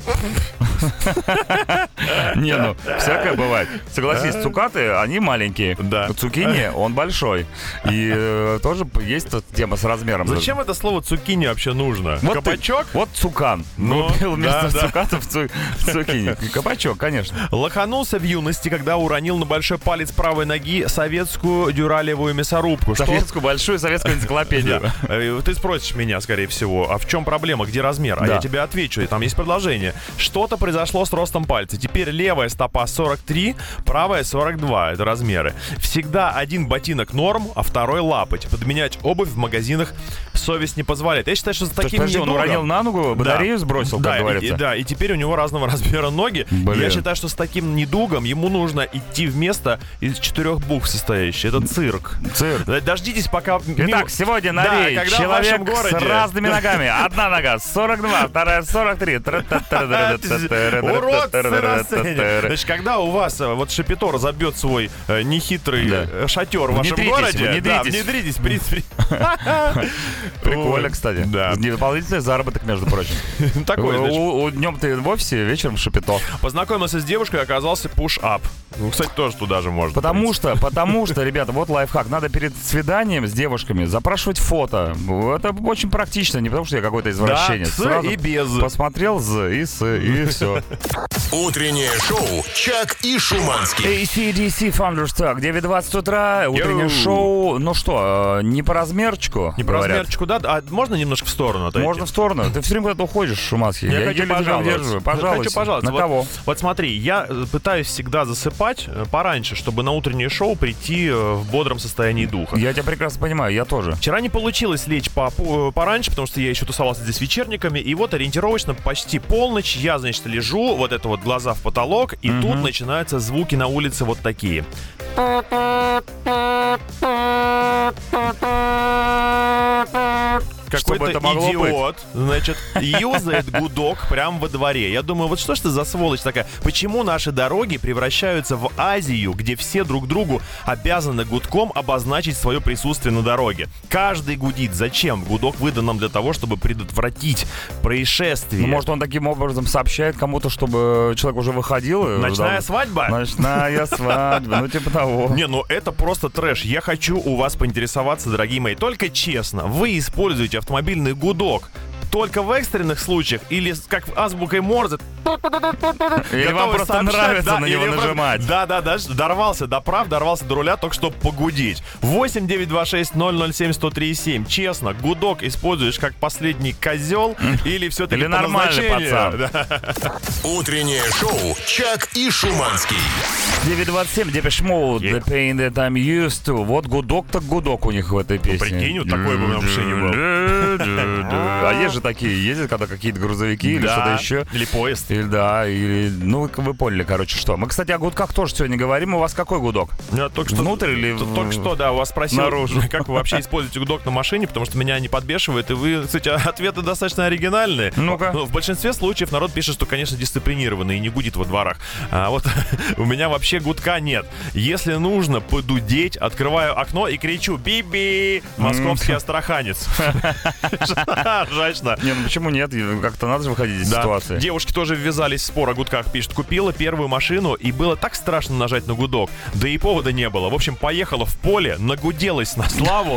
Не, ну, всякое бывает. Согласись, цукаты, они маленькие. Да. Цукини, он большой. И тоже есть тут тема с размером. Зачем это слово цукини вообще нужно? Вот Кабачок? Ты, вот цукан. Ну, купил вместо да, цукатов цу, цукини. Кабачок, конечно. Лоханулся в юности, когда уронил на большой палец правой ноги советскую дюралевую мясорубку. Советскую, что? Большую советскую энциклопедию. Да. Ты спросишь меня, скорее всего, а в чем проблема, где размер? А да. я тебе отвечу, и там есть продолжение. Что-то произошло с ростом пальца. Теперь левая стопа сорок три, правая сорок два. Это размеры. Всегда один ботинок норм, а второй лапоть. Подменять обувь в магазинах совесть не позволяет. Я считаю, что с таким подожди, недугом... он уронил на ногу, батарею да. сбросил, как да, говорится. И, да, и теперь у него разного размера ноги. Блин. Я считаю, что с таким недугом ему нужно идти в место из четырех букв состоящее. Это цирк. Цирк. Дождитесь, пока... Итак, сегодня на да, рейд человек городе... с разными ногами. Одна нога сорок два, вторая сорок три. Уродцы на сцене. Значит, когда у вас вот Шапито разобьет свой нехитрый да. шатер в вашем городе, внедритесь. внедритесь, принципе. Прикольно, кстати. Да. Дополнительный заработок, между прочим. Такой, значит. Днем ты в офисе, вечером в Шапито. Познакомился с девушкой, оказался push-up. Ну, кстати, тоже туда же можно. Потому что, потому что, ребята, вот лайфхак. Надо перед свиданием с девушками запрашивать фото. Это очень практично, не потому что я какой-то извращенец. Да, с и без. Посмотрел з и с, и все. Утреннее шоу «Чак и Шуманский». эй си/ди си Thunderstruck. девять двадцать утра, утреннее Йоу. шоу. Ну что, что, не по размерчику, Не по говорят? размерчику, да? А можно немножко в сторону отойти? Можно в сторону. Ты все время куда-то уходишь, Шуманский. Я, Я хочу еле тебя пожаловаться. удерживаю. Пожалуйста. Хочу пожаловаться. На вот, кого? Вот смотри, я пытаюсь всегда засыпать пораньше, чтобы на утреннее шоу прийти в бодром состоянии духа. Я тебя прекрасно понимаю, я тоже. Вчера не получилось лечь по, по, пораньше, потому что я еще тусовался здесь вечерниками, и вот ориентировочно почти полночь я, значит, лежу, вот это вот глаза в потолок, и Мгм. тут начинаются звуки на улице вот такие. Какой-то это могло идиот, значит, юзает гудок прямо во дворе. Я думаю, вот что ж ты за сволочь такая? Почему наши дороги превращаются в Азию, где все друг другу обязаны гудком обозначить свое присутствие на дороге? Каждый гудит. Зачем? Гудок выдан нам для того, чтобы предотвратить происшествие. Ну, может, он таким образом сообщает кому-то, чтобы человек уже выходил? и Ночная ждал- свадьба? Ночная свадьба, ну типа того. Не, ну это просто трэш. Я хочу у вас поинтересоваться, дорогие мои. Только честно, вы используете автомобильный гудок только в экстренных случаях или как азбукой Морзе? Или вам готовы просто сообщать, нравится да, на него или просто- нажимать? Да, да, да, дорвался до прав, дорвался до руля, только чтобы погудить. восемь девятьсот двадцать шесть ноль ноль семь сто три семь. Честно, гудок используешь как последний козел или все-таки Или по нормальный назначению? пацан. Да. Утреннее шоу «Чак и Шуманский». девять двадцать семь, Depeche Mode, The Pain That I'm Used To. Вот гудок так гудок у них в этой песне. прикинь, вот такой бы в машине был. А есть же такие, ездят когда какие-то грузовики или Да. что-то еще. Или поезд. Или да, или... Ну, вы поняли, короче, что. Мы, кстати, о гудках тоже сегодня говорим. У вас какой гудок? Я только что, Внутрь или т- в- Только что, да, у вас спросил, наружу? как вы вообще используете гудок на машине, потому что меня не подбешивает, и вы, кстати, ответы достаточно оригинальные. Ну-ка. Ну, в большинстве случаев народ пишет, что, конечно, дисциплинированный и не гудит во дворах. А вот у меня вообще гудка нет. Если нужно подудеть, открываю окно и кричу «Би-би!» Московский астраханец. Ржачно. Не, ну почему нет? Как-то надо же выходить из Да. ситуации. Девушки тоже ввязались в спор о гудках. Пишет, купила первую машину, и было так страшно нажать на гудок. Да и повода не было. В общем, поехала в поле, нагуделась на славу.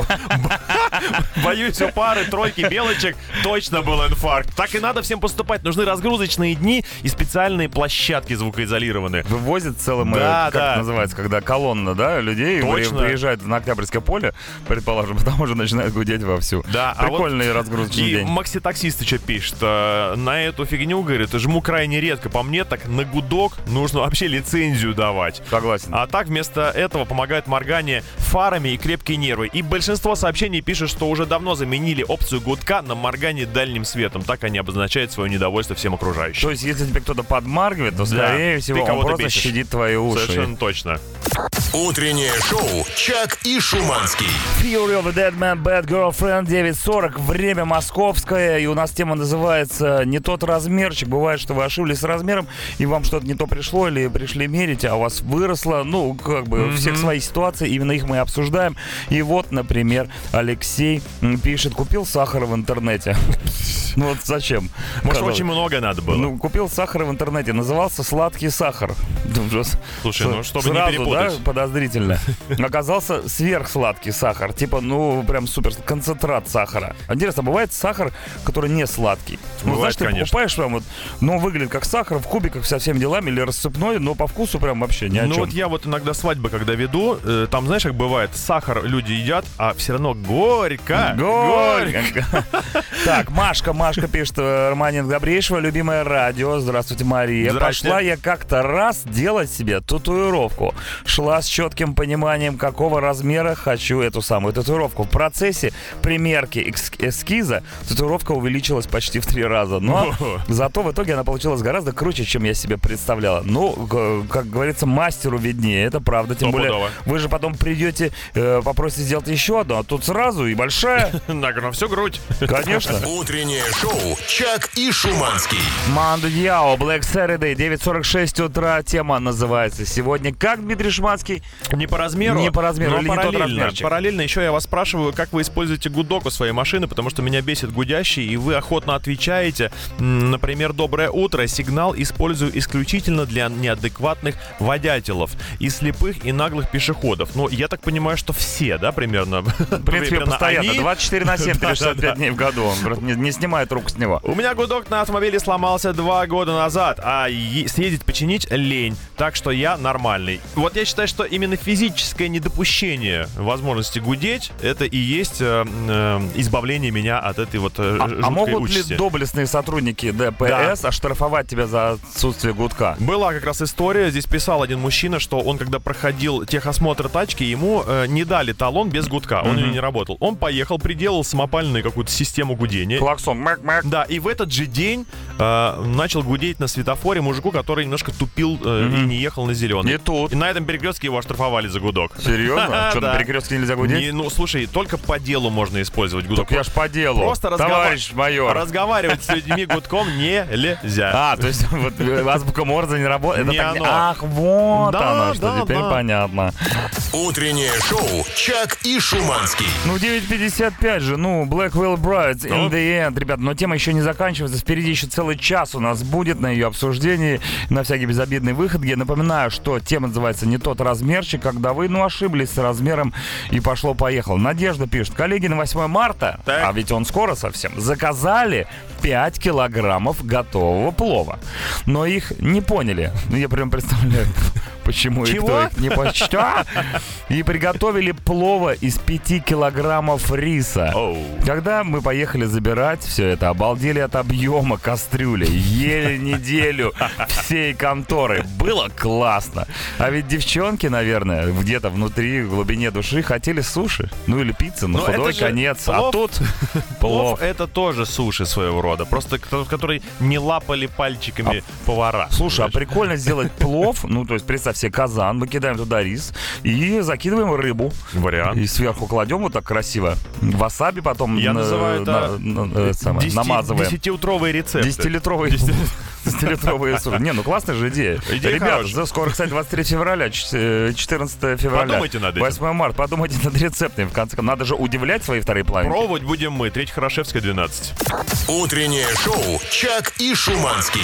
Боюсь, у пары тройки белочек точно был инфаркт. Так и надо всем поступать. Нужны разгрузочные дни и специальные площадки звукоизолированные. Вывозят целым, Да, э, как да. это называется, когда колонна, да, людей при- Точно. приезжает на Октябрьское поле, предположим, там уже начинает гудеть вовсю. Да, а вот Прикольный разгрузочный И день. Макси-таксисты что пишет? э, На эту фигню, говорит, жму крайне редко. По мне, так на гудок нужно вообще лицензию давать. Согласен. А так вместо этого помогает моргание фарами и крепкие нервы. И большинство сообщений пишет, что уже давно заменили опцию гудка на моргание дальним светом. Так они обозначают свое недовольство всем окружающим. То есть, если тебе кто-то подмаргивает, то, Да. скорее Ты всего, он кого-то просто бесишь. щадит твои уши. Совершенно точно. Утреннее шоу «Чак и Шуманский». Fury of the Dead Man, Bad Girlfriend, девять сорок, время московское, и у нас тема называется «Не тот размерчик». Бывает, что вы ошиблись с размером, и вам что-то не то пришло, или пришли мерить, а у вас выросло. Ну, как бы, у всех свои ситуации, именно их мы и обсуждаем. И вот, например, Алексей м, пишет, купил сахар в интернете. Ну вот зачем? Может, Казалось. очень много надо было. Ну, купил сахар в интернете, назывался «Сладкий сахар». Думаю, с- Слушай, ну, с- чтобы не сразу, перепутать. да, подозрительно. Оказался сверхсладкий сахар, типа, ну, прям супер, концентрат сахара. Интересно, бывает сахар, который не сладкий? Ну, Бывает, знаешь, ты конечно. покупаешь прям вот, ну, выглядит как сахар, в кубиках со всеми делами, или рассыпной, но по вкусу прям вообще ни о Ну чем. вот я вот иногда свадьбы, когда веду, э, там, знаешь, как бывает, сахар люди едят, а все равно горько. Горько. Так, Машка, Машка пишет, э, Романин Габриешева, любимое радио. Здравствуйте, Мария. Здрасте. Пошла я как-то раз делать себе татуировку. Шла с четким пониманием, какого размера хочу эту самую татуировку. В процессе примерки экс- эскиза татуировка увеличилась почти в три раза. Но Ого. зато в итоге она получилась гораздо круче, чем я себе представляла. Ну, г- как говорится, мастеру виднее. Это правда. Тем более, Стопудово. вы же потом придете, э, попросите сделать еще одну, а тут сразу и большая. Так, на всю грудь. Конечно. Утреннее шоу «Чак и Шуманский». Манду Дьяо, Black Saturday, девять сорок шесть утра. Тема называется сегодня как, Дмитрий Шманский? Не по размеру. Не по размеру, но или не тот параллельно. размерчик. Параллельно еще я вас спрашиваю, как вы используете гудок у своей машины, потому что меня бесит гудящий, и вы охотно отвечаете. М, Например, «Доброе утро». Сигнал использую исключительно для неадекватных водятелов и слепых и наглых пешеходов. Ну, я так понимаю, что все, да, примерно? В принципе, постоянно, двадцать четыре на семь, Да, триста шестьдесят пять да, да. дней в году. Он просто не, не снимает руку с него. У меня гудок на автомобиле сломался два года назад, а е- съездить починить лень. так что я нормальный. Вот я считаю, что именно физическое недопущение возможности гудеть, это и есть э, э, избавление меня от этой вот э, а, жуткой а могут участи. ли доблестные сотрудники ДПС да. оштрафовать тебя за отсутствие гудка? Была как раз история, здесь писал один мужчина, что он, когда проходил техосмотр тачки, ему э, не дали талон без гудка, он mm-hmm. не работал. Он поехал, приделал самопальную какую-то систему гудения. Клаксон, мэк-мэк. Да, и в этот же день э, начал гудеть на светофоре мужику, который немножко тупил э, mm-hmm. и не ехал на зеленый. И тут. И на этом перекрестке его оштрафовали за гудок. Серьезно? Что, да. на перекрестке нельзя гудеть? Не, ну, слушай, только по делу можно использовать гудок. Так я ж по делу. Просто товарищ разгова... майор. разговаривать с людьми гудком нельзя. А, то есть вот азбука Морзе не работает? Не Это так... оно. Ах, вот да, оно, что да, теперь да. понятно. Утреннее шоу «Чак и Шуманский». Ну, девять пятьдесят пять же, ну, Black Veil Brides, in the end, ребят, но тема еще не заканчивается, впереди еще целый час у нас будет на ее обсуждении, на всякий безобидный выход. Я напоминаю, что тема называется «Не тот размерчик», когда вы, ну, ошиблись с размером и пошло-поехало. Надежда пишет: коллеги, на восьмое марта, так. а ведь он скоро совсем, заказали пять килограммов готового плова, но их не поняли. Я прям представляю, почему Чего? и кто их не почта. И приготовили плова из пяти килограммов риса. Oh. Когда мы поехали забирать все это, обалдели от объема кастрюли. Ели неделю всей конторы. Было классно. А ведь девчонки, наверное, где-то внутри, в глубине души хотели суши. Ну или пиццы, на худой конец. Плов, а тут плов. Это тоже суши своего рода. Просто который не лапали пальчиками а, повара. Слушай, знаешь? А прикольно сделать плов. Ну, то есть, представь себе казан, мы кидаем туда рис и закидываем рыбу. Вариант. И сверху кладем вот так красиво. Васаби потом Я на, называю это на, на, самое, десяти, намазываем. Десятиутровые рецепты. Десятилитровые. Десятилитровые суши. Не, ну классная же идея. Идея Ребята, хорошая. скоро, кстати, двадцать третьего февраля, четырнадцатого февраля. Подумайте над этим. восьмое марта. Подумайте над рецептами. В конце концов, надо же удивлять свои вторые половинки. Пробовать будем мы. Третья Хорошевская, двенадцать. Утреннее шоу «Чак и Шуманский».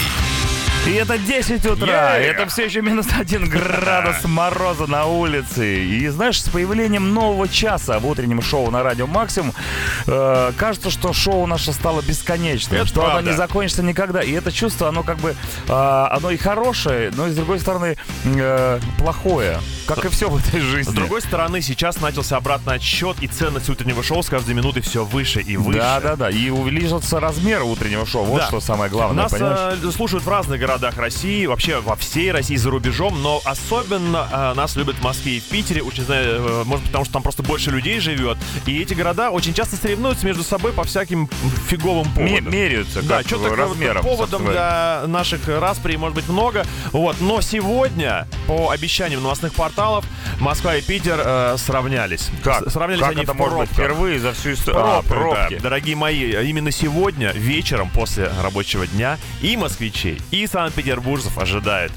И это десять утра, Yeah. это все еще минус один градус мороза на улице. И знаешь, с появлением нового часа в утреннем шоу на Радио Максимум э, кажется, что шоу наше стало бесконечным, это что правда. оно не закончится никогда. И это чувство, оно как бы, э, оно и хорошее, но и с другой стороны э, плохое, как и все в этой жизни. С другой стороны, сейчас начался обратный отсчет, и ценность утреннего шоу с каждой минутой все выше и выше. Да-да-да, и увеличился размер утреннего шоу, вот да. что самое главное, Нас понимаешь? э, слушают в разных городах России, вообще во всей России, за рубежом, но особенно э, нас любят в Москве и в Питере, очень знаю, э, может быть, потому что там просто больше людей живет, и эти города очень часто соревнуются между собой по всяким фиговым поводам. Меряются, да, как что-то размером. Поводом для наших расприй может быть много, вот, но сегодня, по обещаниям новостных порталов, Москва и Питер э, сравнялись. Как? С- сравнялись как они это в может быть пробках. впервые за всю историю? А, Пробки, пробки. да. Дорогие мои, именно сегодня, вечером, после рабочего дня, и москвичей, и санкт-петербуржцев ожидают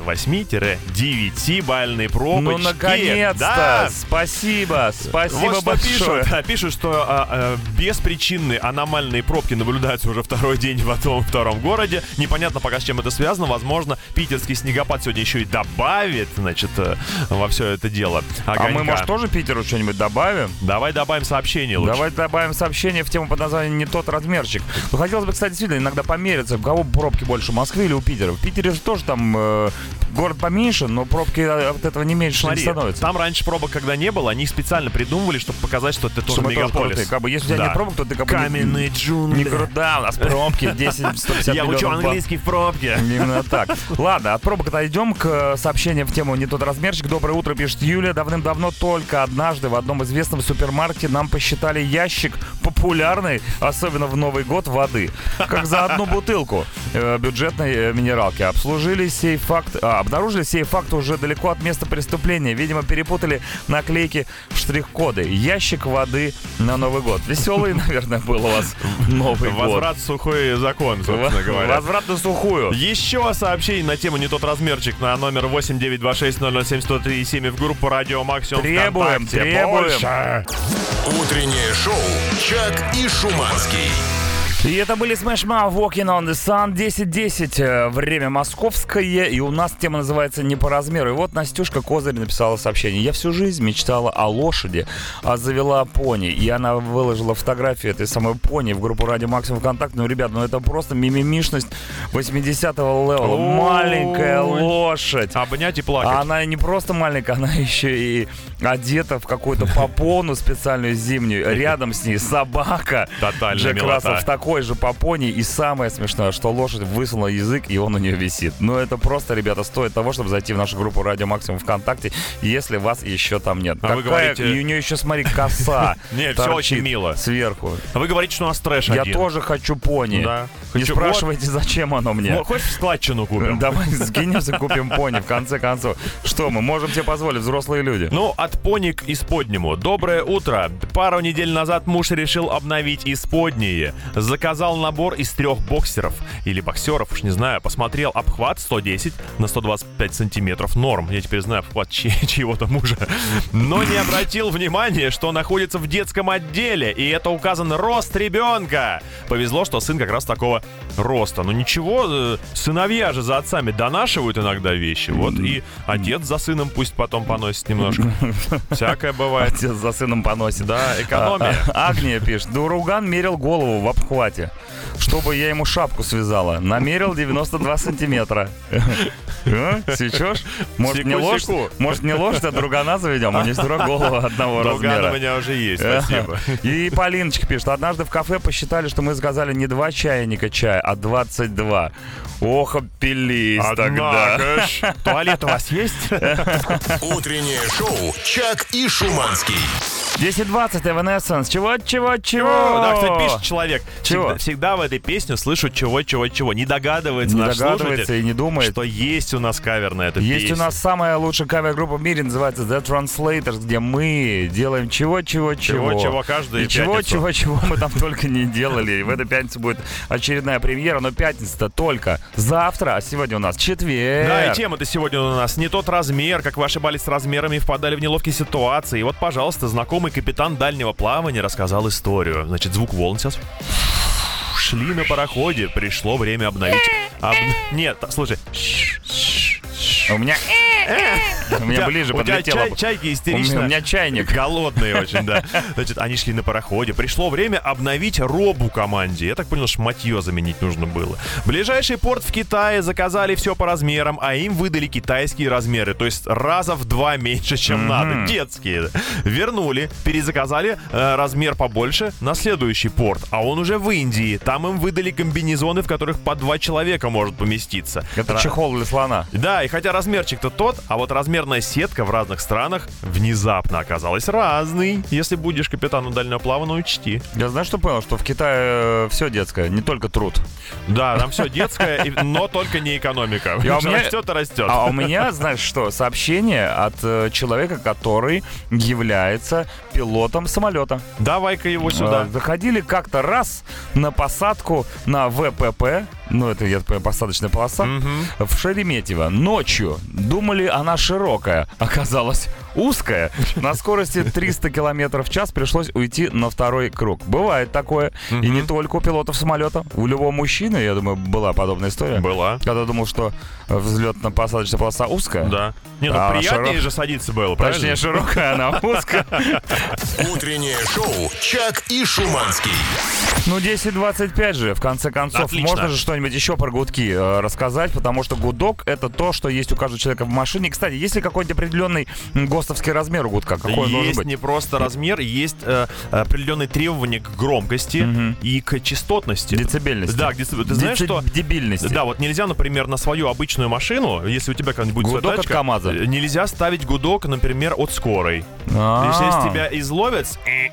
восемь-девятибальные пробочки. Ну, наконец-то! Да. Спасибо! Спасибо Вот что большое! пишут. Да, пишут, что а, а, беспричинные аномальные пробки наблюдаются уже второй день в одном втором городе. Непонятно пока, с чем это связано. Возможно, питерский снегопад сегодня еще и добавит, значит, во все это дело огонька. А мы, может, тоже Питеру что-нибудь добавим? Давай добавим сообщение лучше. Давайте добавим сообщение в тему под названием «Не тот размерчик». Ну, хотелось бы, кстати, действительно иногда помериться, у кого пробки больше, в Москве или у Питера. В Питере же тоже там э, город поменьше, но пробки от этого не меньше Смотри, не становятся. там раньше пробок, когда не было, они их специально придумывали, чтобы показать, что это тоже Что мы тоже мегаполис. крутые. Как бы, если у тебя Да. нет пробок, то ты как бы Каменные не, джунгли. не крут. Да, у нас пробки десять сто пятьдесят Я миллионов учу бат. английский в пробке. Именно так. Ладно, от пробок отойдем к сообщениям в тему «Не тот размерчик». Доброе утро, пишет Юлия. Давным-давно только однажды в одном известном супермаркете нам посчитали ящик популярной, особенно в Новый год, воды. Как за одну бутылку э, бюджетной э, минералки. Обслужили сей факт, а, обнаружили сей факт уже далеко от места преступления. Видимо, перепутали наклейки в штрих-коды. Ящик воды на Новый год. Веселый, наверное, был у вас Новый год. Возврат в сухой закон, собственно говоря. Возврат на сухую. Еще сообщений на тему «Не тот размерчик» на номер восемь девять два шесть ноль ноль семь сто три семь в группу «Радио Максимум» Требуем, ВКонтакте. требуем. Больше. Утреннее шоу «Чак и Шуманский». И это были Smash Mouth, Walking on the Sun, десять десять, время московское, и у нас тема называется «Не по размеру». И вот Настюшка Козырь написала сообщение. Я всю жизнь мечтала о лошади, а завела пони. И она выложила фотографию этой самой пони в группу Радио Максимум ВКонтакте. Ну, ребят, ну это просто мимимишность восьмидесятого левела. Маленькая лошадь. Обнять и плакать. А она не просто маленькая, она еще и одета в какую-то попону специальную зимнюю. Рядом с ней собака. Тотальная Джек милота. Рассел в такой же попоне. И самое смешное, что лошадь высунула язык, и он у нее висит. Ну, это просто, ребята, стоит того, чтобы зайти в нашу группу Радио Максимум ВКонтакте, если вас еще там нет. А Какая... вы говорите... И у нее еще, смотри, коса. Нет, все очень мило. Сверху. Вы говорите, что у нас трэш Я один. тоже хочу пони. Да. Не Хочу- спрашивайте, зачем оно мне. Хочешь складчину купим? Давай скинемся, купим пони, в конце концов. Что, мы можем себе позволить, взрослые люди? Ну, от пони к исподнему. Доброе утро. Пару недель назад муж решил обновить исподние. Заказал набор из трех боксеров. Или боксеров, уж не знаю. Посмотрел обхват сто десять на сто двадцать пять сантиметров. Норм. Я теперь знаю обхват чьи- чьего-то мужа. Но не обратил внимания, что находится в детском отделе. И это указан рост ребенка. Повезло, что сын как раз такого роста. Ну ничего, э, сыновья же за отцами донашивают иногда вещи. Вот и отец за сыном пусть потом поносит немножко. Всякое бывает. Отец за сыном поносит. Да, экономия. А, а, Агния пишет. Дуруган мерил голову в обхвате, чтобы я ему шапку связала. Намерил девяносто два сантиметра. А? Сечешь? Может, Секу, не ложь? секу. Может, не ложь, а другана заведем? У них все равно голова одного Друган размера. у меня уже есть, спасибо. И Полиночка пишет. Однажды в кафе посчитали, что мы заказали не два чайника чая, а двадцать два. Ох, опились тогда. Однако ж. Туалет у вас есть? Утреннее шоу «Чак и Шуманский». десять двадцать, Evanescence. Чего, чего, чего? Да, кстати, пишет человек. Чего? Всегда, всегда в этой песне слышу чего, чего, чего. Не догадывается Не наш догадывается слушатель, и не думает. что есть у нас кавер на эту Есть песню. у нас самая лучшая кавер-группа в мире, называется The Translators, где мы делаем чего-чего-чего. Чего-чего каждую И пятницу. чего-чего-чего мы там только не делали. И в эту пятницу будет очередная премьера, но пятница-то только завтра, а сегодня у нас четверг. Да, и тема-то сегодня у нас не тот размер, как вы ошибались с размерами и впадали в неловкие ситуации. И вот, пожалуйста, знакомый капитан дальнего плавания рассказал историю. Значит, звук волн сейчас. Шли на пароходе, пришло время обновить... Об... Нет, слушай. У меня... У меня ближе У тебя подлетело. чай- чайки истерично. У меня чайник. Голодные очень, да. Значит, они шли на пароходе. Пришло время обновить робу команде. Я так понял, шматье заменить нужно было. Ближайший порт в Китае заказали все по размерам, а им выдали китайские размеры. То есть раза в два меньше, чем надо. Детские. Вернули, перезаказали э, размер побольше на следующий порт. А он уже в Индии. Там им выдали комбинезоны, в которых по два человека может поместиться. Это Ра- чехол для слона. Да, и хотя размерчик-то тот, а вот размерная сетка в разных странах внезапно оказалась разной. Если будешь капитаном дальнего плавания, учти. Я знаешь, что понял? Что в Китае все детское, не только труд. Да, там все детское, и- но только не экономика. Я у меня- Растет и растет. А у меня, знаешь что, сообщение от э, человека, который является пилотом самолета. Давай-ка его сюда. Э, Заходили как-то раз на посадку на вэ пэ пэ, ну это, я так понимаю, посадочная полоса, в Шереметьево. Ночью думали, она широкая, оказалась узкая. На скорости триста километров в час пришлось уйти на второй круг. Бывает такое. И не только у пилотов самолета. У любого мужчины, я думаю, была подобная история. Была. Когда думал, что взлетно-посадочная полоса узкая. Да. Не, ну А, приятнее широк- же садиться было, правильно? Точнее, широкая, она узкая. Утреннее шоу «Чак и Шуманский». Ну, десять двадцать пять же, в конце концов. Отлично. Можно же что-нибудь еще про гудки э, рассказать, потому что гудок — это то, что есть у каждого человека в машине. Кстати, есть ли какой-нибудь определенный м, ГОСТовский размер у гудка? Какой он должен Есть быть? не просто размер, есть э, определенные требования к громкости и к частотности. Децибельность. Да, к дециб- ты знаешь, что... Дебильности. Да, вот нельзя, например, на свою обычную машину, если у тебя какая-нибудь будет Гудок своя от тачка, КамАЗа. э, нельзя ставить гудок, например, от скорой. А. Если с тебя изловят,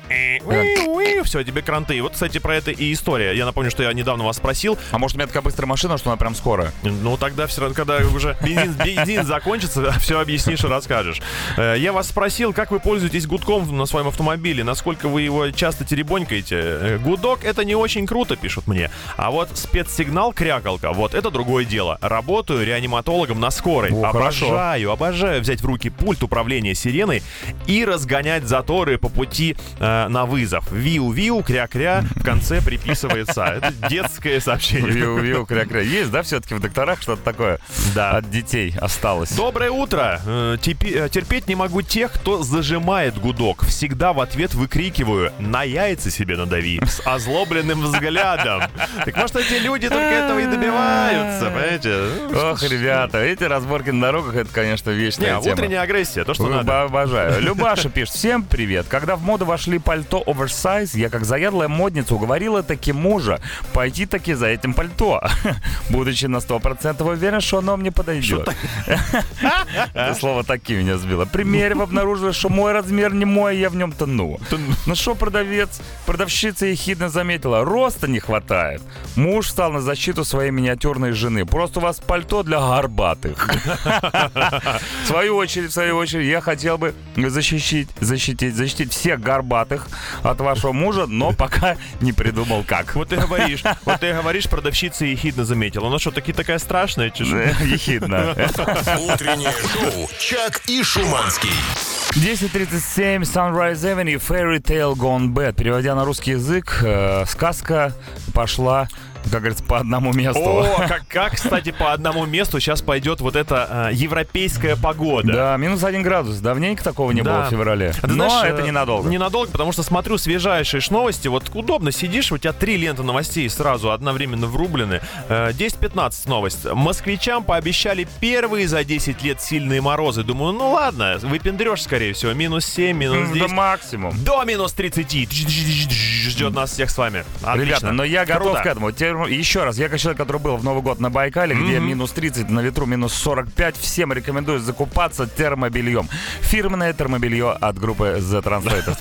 все, тебе кранты. Вот, кстати, про это и история. Я напомню, что я недавно вас спросил. А может, у меня такая быстрая машина, что она прям скорая? Ну, тогда все равно, когда уже бензин, бензин закончится, все объяснишь и расскажешь. Э, Я вас спросил, как вы пользуетесь гудком на своем автомобиле, насколько вы его часто теребонькаете. Гудок — это не очень круто, пишут мне. А вот спецсигнал, крякалка, вот это другое дело. Работаю реаниматологом на скорой. О, обожаю, хорошо. обожаю взять в руки пульт управления сиреной и разгонять заторы по пути э, на вызов. Виу-виу, кря-кря, в конце приписывается. Это детское сообщение. Виу-виу, кря-кря. Есть, да, все-таки в докторах что-то такое Да. от детей осталось? Доброе утро. Э, тепи- терпеть не могу тех, кто зажимает гудок. Всегда в ответ выкрикиваю: на яйца себе надави. С озлобленным взглядом. Так может, эти люди только этого и добиваются, понимаете? Ох, ребята, эти разборки на дорогах — это, конечно, вечная Не, тема. утренняя агрессия, то, что Ой, надо. Обожаю. Любаша пишет: всем привет. Когда в моду вошли пальто оверсайз, я как заядлая модница уговорила таки мужа пойти таки за этим пальто, будучи на сто процентов уверен, что оно мне подойдет. Это слово «таки» меня сбило. Примерив, обнаружила, что мой размер не мой, я в нем тону. Ну что, продавец, продавщица ехидно заметила: роста не хватает. Муж встал на защиту своей миниатюрной жены. Просто у вас пальто для горбатых. В свою очередь, в свою очередь, я хотел бы защитить, защитить, защитить всех горбатых от вашего мужа, но пока не придумал как. Вот ты говоришь, вот ты говоришь, продавщица ехидно заметила. Ну что, таки такая страшная, чужая? Ехидно. Утреннее шоу «Чак и Шуманский». десять тридцать семь, Sunrise Avenue, Fairy Tale Gone Bad. Переводя на русский язык, э, сказка пошла, как говорится, по одному месту. О, как, как, кстати, по одному месту сейчас пойдет вот эта э, европейская погода. Да, минус один градус. Давненько такого не Да. было в феврале. А ты Но знаешь, это э, ненадолго. Ненадолго, потому что смотрю свежайшие ж новости. Вот удобно сидишь, у тебя три ленты новостей сразу одновременно врублены. Э, десять пятнадцать новость. Москвичам пообещали первые за десять лет сильные морозы. Думаю, ну ладно, выпендрешь, скорее всего. Минус семь, минус Да десять. максимум. До минус тридцати. Ждет нас всех с вами. Отлично. Ребята, но я готов Круто. к этому. Теперь еще раз, я как человек, который был в Новый год на Байкале, где минус тридцать, на ветру минус сорок пять, всем рекомендую закупаться термобельем. Фирменное термобелье от группы The Translators.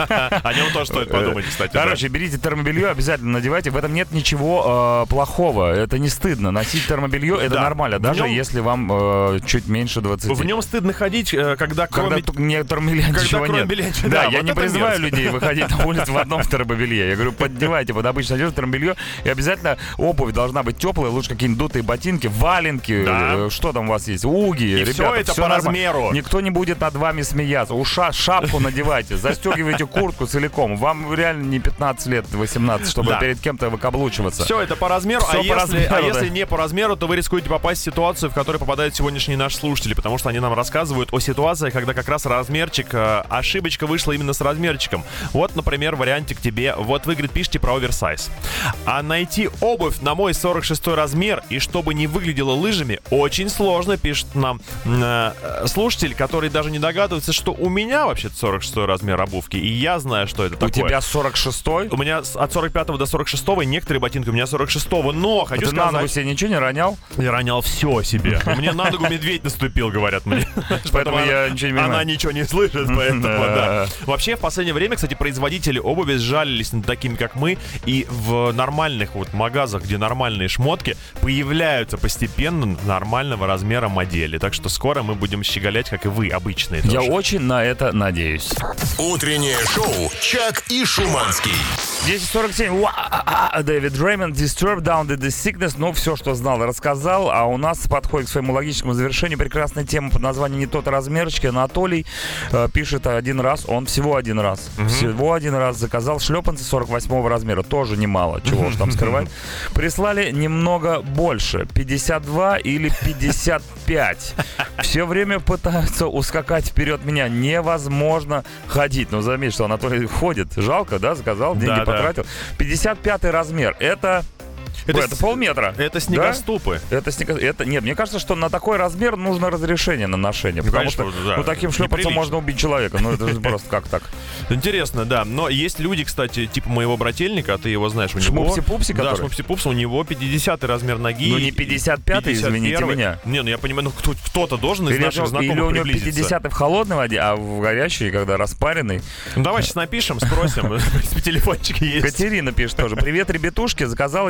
О нем тоже стоит подумать, кстати. да. Короче, берите термобелье, обязательно надевайте. В этом нет ничего э, плохого. Это не стыдно. Носить термобелье — это Да. нормально, В даже нем- если вам э, чуть меньше двадцати. В нем стыдно ходить, э, когда Когда кроме... тут нет термобелья, когда ничего кроме нет. белья ничего- Да, да, я вот не это призываю мерзко. людей выходить на улицу в одном термобелье. Я говорю, поддевайте под обычную одежду термобелье. И обязательно обувь должна быть теплая, лучше какие-нибудь дутые ботинки, валенки. Да. э, Что там у вас есть? Уги. И Ребята, всё это по нормально. размеру. Никто не будет над вами смеяться. Уша, шапку надевайте, застегивайте куртку целиком. Вам реально не пятнадцать лет, восемнадцать, чтобы Да. перед кем-то выкаблучиваться. Все это по размеру, Всё а, по если, размеру, а да. если не по размеру, то вы рискуете попасть в ситуацию, в которой попадают сегодняшние наши слушатели, потому что они нам рассказывают о ситуации, когда как раз размерчик, э, ошибочка вышла именно с размерчиком. Вот, например, вариантик тебе. Вот вы, говорит, пишете про оверсайз. А найти обувь на мой сорок шестой размер и чтобы не выглядело лыжами, очень сложно, пишет нам э, слушатель, который даже не догадывается, что у меня вообще-то сорок шестой размер обувки, и я знаю, что это У такое. тебя сорок шестой? У меня с- от сорок пятого до сорок шестого, некоторые ботинки у меня сорок шестого, но хочу Ты на ногу сказать... себе ничего не ронял? Я ронял все себе. Мне на ногу медведь наступил, говорят мне. Поэтому она- я ничего не понимаю. Она ничего не слышит, поэтому, Да. да. Вообще, в последнее время, кстати, производители обуви сжалились над такими, как мы, и в нормальных вот магазах, где нормальные шмотки, появляются постепенно нормального размера модели. Так что скоро мы будем щеголять, как и вы, обычные Я тоже. очень на это надеюсь. Утреннее шоу «Чак и Шуманский». десять сорок семь. Уа-а-а. Дэвид Дреймонд, Disturbed, Down with the Sickness. Ну, все, что знал, рассказал. А у нас подходит к своему логическому завершению прекрасная тема под названием «Не тот размерчик». Анатолий э, пишет один раз, он всего один раз. Mm-hmm. Всего один раз заказал шлепанцы сорок восьмого размера. Тоже немало, чего уж там скрывать. Прислали немного больше. пятьдесят два или пятьдесят пять. Все время пытаются ускакать вперед меня. Невозможно ходить. Но заметь, что Анатолий ходит. Жалко, да? Заказал, деньги Да, да. потратил. пятьдесят пятый размер. Это... Это Ой, это с- полметра. Это снегоступы. Да? Это снего... Это нет, мне кажется, что на такой размер нужно разрешение на ношение, потому конечно, что да. ну таким шлепанцем Неприлично. можно убить человека. Ну это же просто как так? Интересно, да. Но есть люди, кстати, типа моего брательника, а ты его знаешь, у него... Шмупси-пупси, Да, который? Шмупси-пупси, у него пятидесятый размер ноги. Ну, не пятьдесят пятый, извините пятьдесят первый. меня. Не, ну я понимаю, ну кто- кто-то должен из Или, наших или знакомых у него приблизиться. пятидесятый в холодной воде, а в горячей, когда распаренный. Ну, давай сейчас напишем, спросим. В принципе, телефончик есть. Катерина пишет тоже. Привет, ребятушки. Заказал я однажды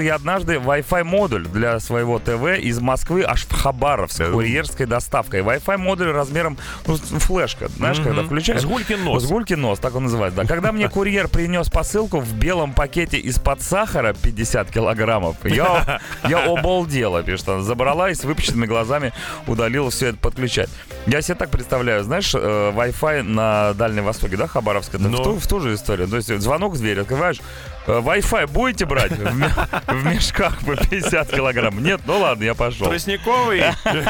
однажды Wi-Fi модуль для своего ТВ из Москвы аж в Хабаровск курьерской доставкой. Wi-Fi модуль размером, ну, флешка, знаешь, mm-hmm. когда включаешь? Сгулькин нос. Сгулькин нос, так он называется. Да. Когда мне курьер принес посылку в белом пакете из-под сахара пятьдесят килограммов, я, я обалдела, пишет она. Забрала и с выпущенными глазами удалила все это подключать. Я себе так представляю, знаешь, э, Wi-Fi на Дальнем Востоке, да, Хабаровск, это в, ту, в ту же историю. То есть звонок в дверь, открываешь, э, Wi-Fi будете брать в, ме- в мешках по пятьдесят килограмм? Нет? Ну ладно, я пошел. Тростниковый.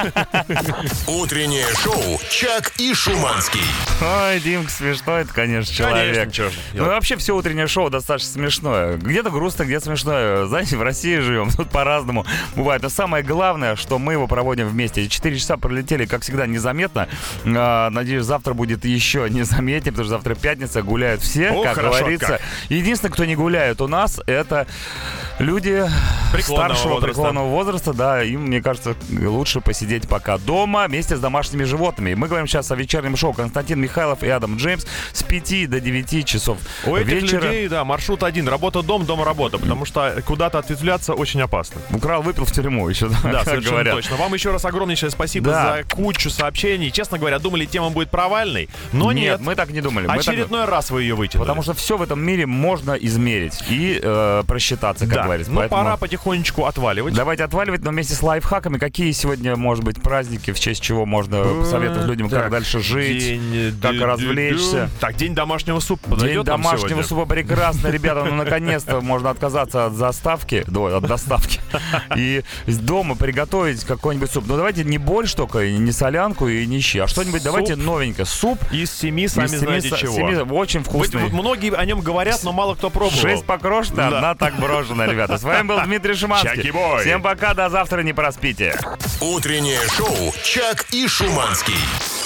Утреннее шоу «Чак и Шуманский». Ой, Димка, смешной это, конечно, человек. Конечно, чё ж. Ну, вообще, все утреннее шоу достаточно смешное. Где-то грустно, где-то смешное. Знаете, в России живем, тут по-разному бывает. Но самое главное, что мы его проводим вместе. Четыре часа пролетели, как всегда, незаметно. А, надеюсь, завтра будет еще незаметнее, потому что завтра пятница, гуляют все, О, как хорошо, говорится. как. Единственное, кто не гуляет у нас, это люди Преклонного старшего возраста. преклонного возраста. Да, им, мне кажется, лучше посидеть пока дома вместе с домашними животными. Мы говорим сейчас о вечернем шоу. Константин Михайлов и Адам Джеймс с пяти до девяти часов У этих вечера. людей, да, маршрут один. Работа-дом, дом-работа. Потому что куда-то ответвляться очень опасно. Украл, выпил в тюрьму еще, да, Да, как совершенно говорят. точно. Вам еще раз огромнейшее спасибо Да. за кучу сообщений. Честно говоря, думали, тема будет провальной, но нет. Нет, мы так не думали. Мы так- Очередной раз вы ее вытянули. Потому что все в этом мире можно измерить и э, просчитаться, как да. говорится. Ну, Поэтому пора потихонечку отваливать. давайте отваливать, но вместе с лайфхаками. Какие сегодня, может быть, праздники, в честь чего можно посоветовать людям, как Так, дальше жить, день, как ду- развлечься. ду- Так, день домашнего супа подойдет День нам домашнего сегодня? супа прекрасно, ребята. Ну, наконец-то можно отказаться от заставки, да, от доставки, и дома приготовить какой-нибудь суп. Ну, давайте не борщ только, и не солянку, и не щи, а что-нибудь давайте Суп новенькое. Суп Из семи, сами из семи знаете со- чего. семи- очень Вы- вкусный. Многие о нем говорят, но мало кто пробовал. Шесть покрошено, Да. одна так брошена, ребята. С вами был Дмитрий Шуманский. Чаки-бой. Всем пока, до завтра, не проспите. Утреннее шоу «Чак и Шуманский».